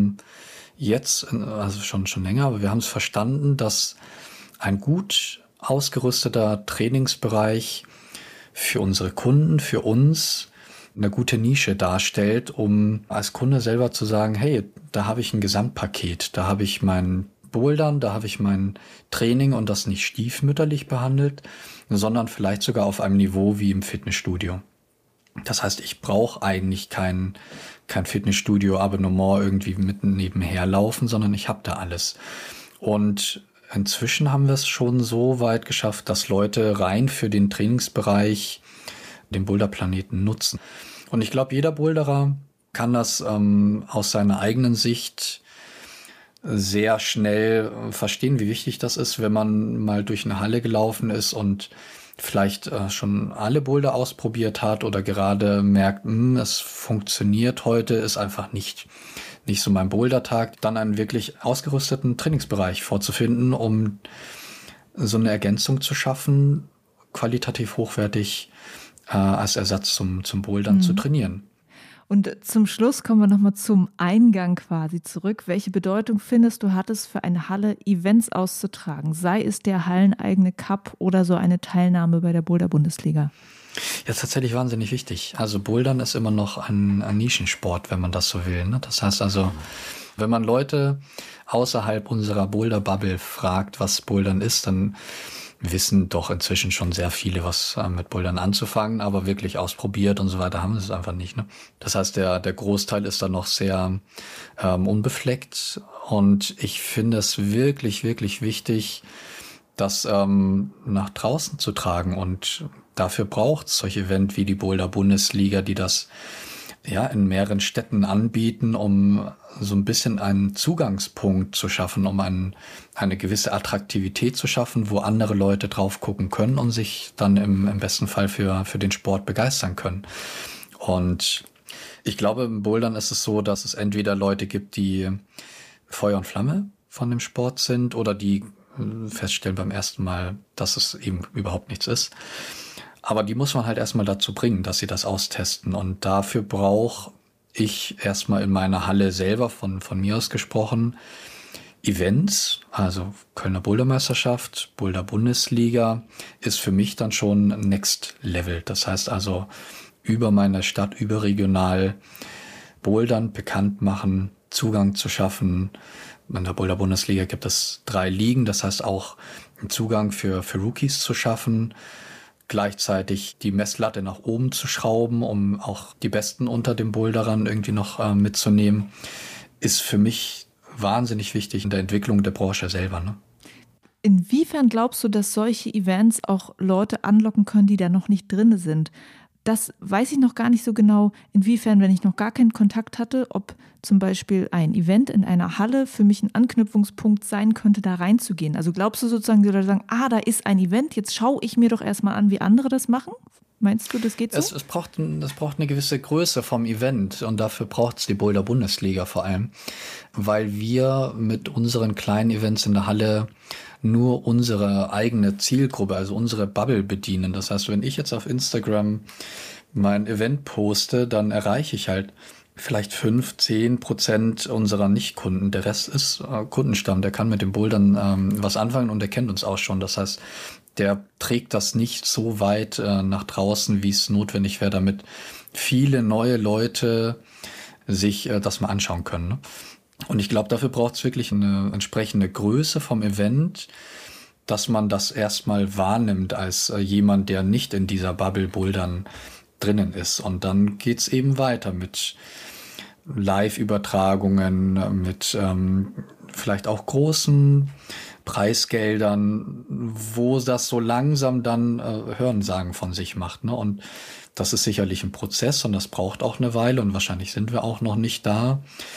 jetzt, also schon länger, aber wir haben es verstanden, dass ein gut ausgerüsteter Trainingsbereich für unsere Kunden, für uns eine gute Nische darstellt, um als Kunde selber zu sagen, hey, da habe ich ein Gesamtpaket, da habe ich mein Bouldern, da habe ich mein Training und das nicht stiefmütterlich behandelt, sondern vielleicht sogar auf einem Niveau wie im Fitnessstudio. Das heißt, ich brauche eigentlich kein Fitnessstudio-Abonnement irgendwie mitten nebenher laufen, sondern ich habe da alles. Und inzwischen haben wir es schon so weit geschafft, dass Leute rein für den Trainingsbereich den Boulderplaneten nutzen. Und ich glaube, jeder Boulderer kann das aus seiner eigenen Sicht sehr schnell verstehen, wie wichtig das ist, wenn man mal durch eine Halle gelaufen ist und vielleicht schon alle Boulder ausprobiert hat oder gerade merkt, es funktioniert heute, ist einfach nicht so mein Bouldertag, dann einen wirklich ausgerüsteten Trainingsbereich vorzufinden, um so eine Ergänzung zu schaffen, qualitativ hochwertig als Ersatz zum Bouldern zu trainieren. Und zum Schluss kommen wir nochmal zum Eingang quasi zurück. Welche Bedeutung findest du, hat es für eine Halle, Events auszutragen? Sei es der halleneigene Cup oder so eine Teilnahme bei der Boulder-Bundesliga? Ja, tatsächlich wahnsinnig wichtig. Also Bouldern ist immer noch ein Nischensport, wenn man das so will, ne? Das heißt also, wenn man Leute außerhalb unserer Boulder-Bubble fragt, was Bouldern ist, dann wissen doch inzwischen schon sehr viele, was mit Bouldern anzufangen, aber wirklich ausprobiert und so weiter haben sie es einfach nicht, ne? Das heißt, der Großteil ist da noch sehr unbefleckt und ich finde es wirklich, wirklich wichtig, das nach draußen zu tragen und dafür braucht es solche Events wie die Boulder-Bundesliga, die das ja in mehreren Städten anbieten, um so ein bisschen einen Zugangspunkt zu schaffen, um eine gewisse Attraktivität zu schaffen, wo andere Leute drauf gucken können und sich dann im besten Fall für den Sport begeistern können. Und ich glaube, im Bouldern ist es so, dass es entweder Leute gibt, die Feuer und Flamme von dem Sport sind oder die feststellen beim ersten Mal, dass es eben überhaupt nichts ist. Aber die muss man halt erstmal dazu bringen, dass sie das austesten. Und dafür brauche ich erstmal in meiner Halle selber, von mir aus gesprochen, Events, also Kölner Bouldermeisterschaft, Boulder Bundesliga, ist für mich dann schon Next Level. Das heißt also über meine Stadt, überregional Bouldern bekannt machen, Zugang zu schaffen. In der Boulder Bundesliga gibt es 3 Ligen, das heißt auch einen Zugang für Rookies zu schaffen, gleichzeitig die Messlatte nach oben zu schrauben, um auch die Besten unter den Boulderern irgendwie noch mitzunehmen, ist für mich wahnsinnig wichtig in der Entwicklung der Branche selber. Ne? Inwiefern glaubst du, dass solche Events auch Leute anlocken können, die da noch nicht drin sind? Das weiß ich noch gar nicht so genau, inwiefern, wenn ich noch gar keinen Kontakt hatte, ob zum Beispiel ein Event in einer Halle für mich ein Anknüpfungspunkt sein könnte, da reinzugehen. Also glaubst du sozusagen, die Leute sagen, da ist ein Event, jetzt schaue ich mir doch erstmal an, wie andere das machen? Meinst du, das geht so? Es braucht eine gewisse Größe vom Event und dafür braucht es die Boulder Bundesliga vor allem, weil wir mit unseren kleinen Events in der Halle nur unsere eigene Zielgruppe, also unsere Bubble bedienen. Das heißt, wenn ich jetzt auf Instagram mein Event poste, dann erreiche ich halt vielleicht 5-10% unserer Nicht-Kunden. Der Rest ist Kundenstamm, der kann mit dem Bouldern was anfangen und der kennt uns auch schon. Das heißt, der trägt das nicht so weit nach draußen, wie es notwendig wäre, damit viele neue Leute sich das mal anschauen können. Ne? Und ich glaube, dafür braucht es wirklich eine entsprechende Größe vom Event, dass man das erstmal wahrnimmt als jemand, der nicht in dieser Bubble Bouldern drinnen ist. Und dann geht's eben weiter mit Live-Übertragungen, mit vielleicht auch großen Preisgeldern, wo das so langsam dann Hörensagen von sich macht. Ne? Und das ist sicherlich ein Prozess und das braucht auch eine Weile und wahrscheinlich sind wir auch noch nicht da.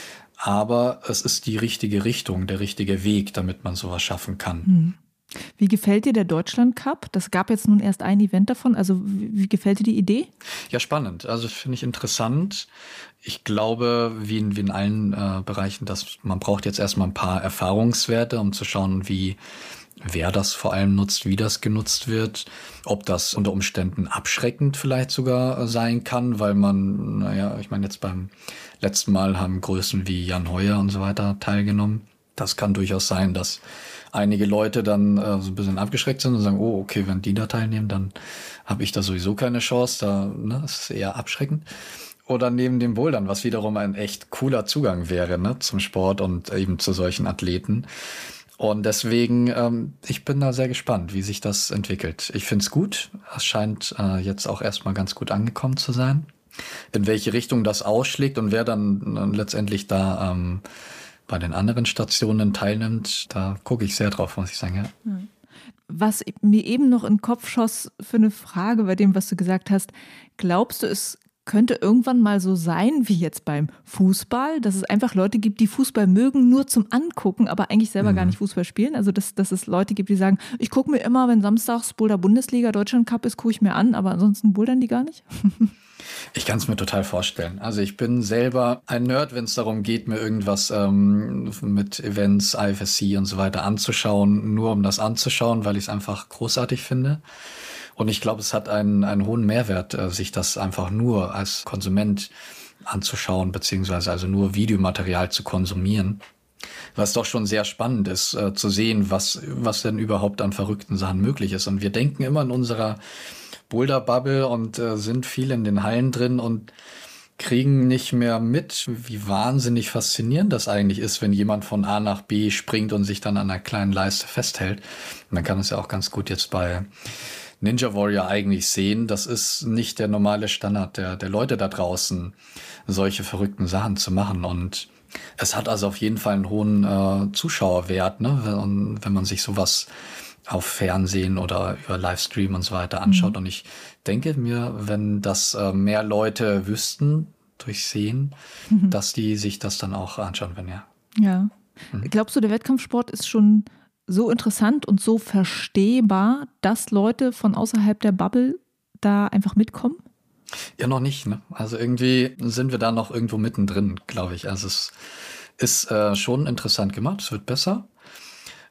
Aber es ist die richtige Richtung, der richtige Weg, damit man sowas schaffen kann. Wie gefällt dir der Deutschland Cup? Das gab jetzt nun erst ein Event davon. Also wie gefällt dir die Idee? Ja, spannend. Also finde ich interessant. Ich glaube, wie in allen Bereichen, dass man braucht jetzt erstmal ein paar Erfahrungswerte, um zu schauen, wer das vor allem nutzt, wie das genutzt wird, ob das unter Umständen abschreckend vielleicht sogar sein kann, weil man, ich meine, jetzt beim letzten Mal haben Größen wie Jan Heuer und so weiter teilgenommen. Das kann durchaus sein, dass einige Leute dann so ein bisschen abgeschreckt sind und sagen, oh, okay, wenn die da teilnehmen, dann habe ich da sowieso keine Chance, das ist eher abschreckend. Oder neben dem Bouldern, was wiederum ein echt cooler Zugang wäre, ne, zum Sport und eben zu solchen Athleten. Und deswegen, ich bin da sehr gespannt, wie sich das entwickelt. Ich finde es gut. Es scheint jetzt auch erstmal ganz gut angekommen zu sein. In welche Richtung das ausschlägt und wer dann letztendlich da bei den anderen Stationen teilnimmt, da gucke ich sehr drauf, muss ich sagen. Ja. Was mir eben noch in den Kopf schoss für eine Frage bei dem, was du gesagt hast, glaubst du, es könnte irgendwann mal so sein, wie jetzt beim Fußball, dass es einfach Leute gibt, die Fußball mögen, nur zum Angucken, aber eigentlich selber gar nicht Fußball spielen? Also, dass es Leute gibt, die sagen, ich gucke mir immer, wenn samstags Boulder Bundesliga, Deutschland Cup ist, gucke ich mir an, aber ansonsten bouldern die gar nicht? Ich kann es mir total vorstellen. Also ich bin selber ein Nerd, wenn es darum geht, mir irgendwas mit Events, IFSC und so weiter anzuschauen, nur um das anzuschauen, weil ich es einfach großartig finde. Und ich glaube, es hat einen hohen Mehrwert, sich das einfach nur als Konsument anzuschauen, beziehungsweise also nur Videomaterial zu konsumieren. Was doch schon sehr spannend ist, zu sehen, was denn überhaupt an verrückten Sachen möglich ist. Und wir denken immer in unserer Boulder-Bubble und sind viel in den Hallen drin und kriegen nicht mehr mit, wie wahnsinnig faszinierend das eigentlich ist, wenn jemand von A nach B springt und sich dann an einer kleinen Leiste festhält. Und man kann es ja auch ganz gut jetzt bei Ninja Warrior eigentlich sehen. Das ist nicht der normale Standard der Leute da draußen, solche verrückten Sachen zu machen. Und es hat also auf jeden Fall einen hohen Zuschauerwert, ne? Wenn man sich sowas auf Fernsehen oder über Livestream und so weiter anschaut. Und ich denke mir, wenn das mehr Leute wüssten, durchsehen, dass die sich das dann auch anschauen werden, ja. Ja. Glaubst du, der Wettkampfsport ist schon so interessant und so verstehbar, dass Leute von außerhalb der Bubble da einfach mitkommen? Ja, noch nicht, ne? Also irgendwie sind wir da noch irgendwo mittendrin, glaube ich. Also es ist schon interessant gemacht, es wird besser.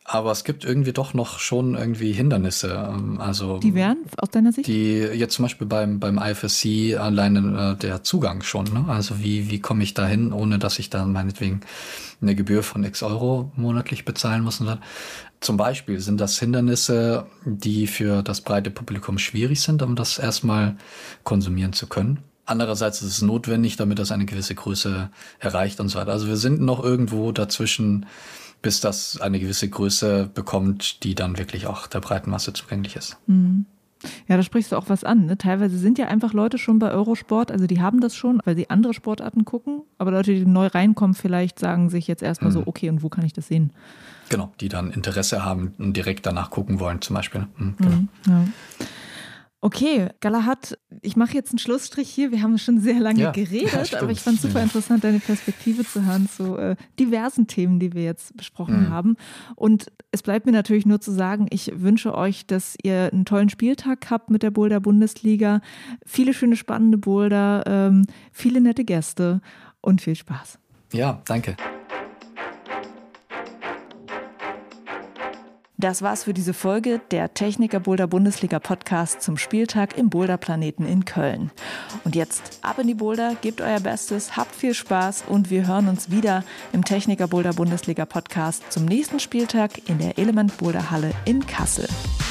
Aber es gibt irgendwie doch noch schon irgendwie Hindernisse. Also die wären aus deiner Sicht? Die jetzt zum Beispiel beim IFSC alleine der Zugang schon. Ne? Also wie komme ich da hin, ohne dass ich dann meinetwegen eine Gebühr von x Euro monatlich bezahlen muss. Und dann. Zum Beispiel sind das Hindernisse, die für das breite Publikum schwierig sind, um das erstmal konsumieren zu können. Andererseits ist es notwendig, damit das eine gewisse Größe erreicht und so weiter. Also wir sind noch irgendwo dazwischen, bis das eine gewisse Größe bekommt, die dann wirklich auch der breiten Masse zugänglich ist. Mhm. Ja, da sprichst du auch was an. Ne? Teilweise sind ja einfach Leute schon bei Eurosport, also die haben das schon, weil sie andere Sportarten gucken, aber Leute, die neu reinkommen, vielleicht sagen sich jetzt erstmal so, okay, und wo kann ich das sehen? Genau, die dann Interesse haben und direkt danach gucken wollen zum Beispiel. Genau. Ja. Okay, Galahad, ich mache jetzt einen Schlussstrich hier. Wir haben schon sehr lange geredet, aber ich fand es super interessant, deine Perspektive zu hören zu diversen Themen, die wir jetzt besprochen haben. Und es bleibt mir natürlich nur zu sagen, ich wünsche euch, dass ihr einen tollen Spieltag habt mit der Boulder-Bundesliga. Viele schöne, spannende Boulder, viele nette Gäste und viel Spaß. Ja, danke. Das war's für diese Folge, der Techniker Boulder Bundesliga Podcast zum Spieltag im Boulderplaneten in Köln. Und jetzt ab in die Boulder, gebt euer Bestes, habt viel Spaß und wir hören uns wieder im Techniker Boulder Bundesliga Podcast zum nächsten Spieltag in der Element Boulder Halle in Kassel.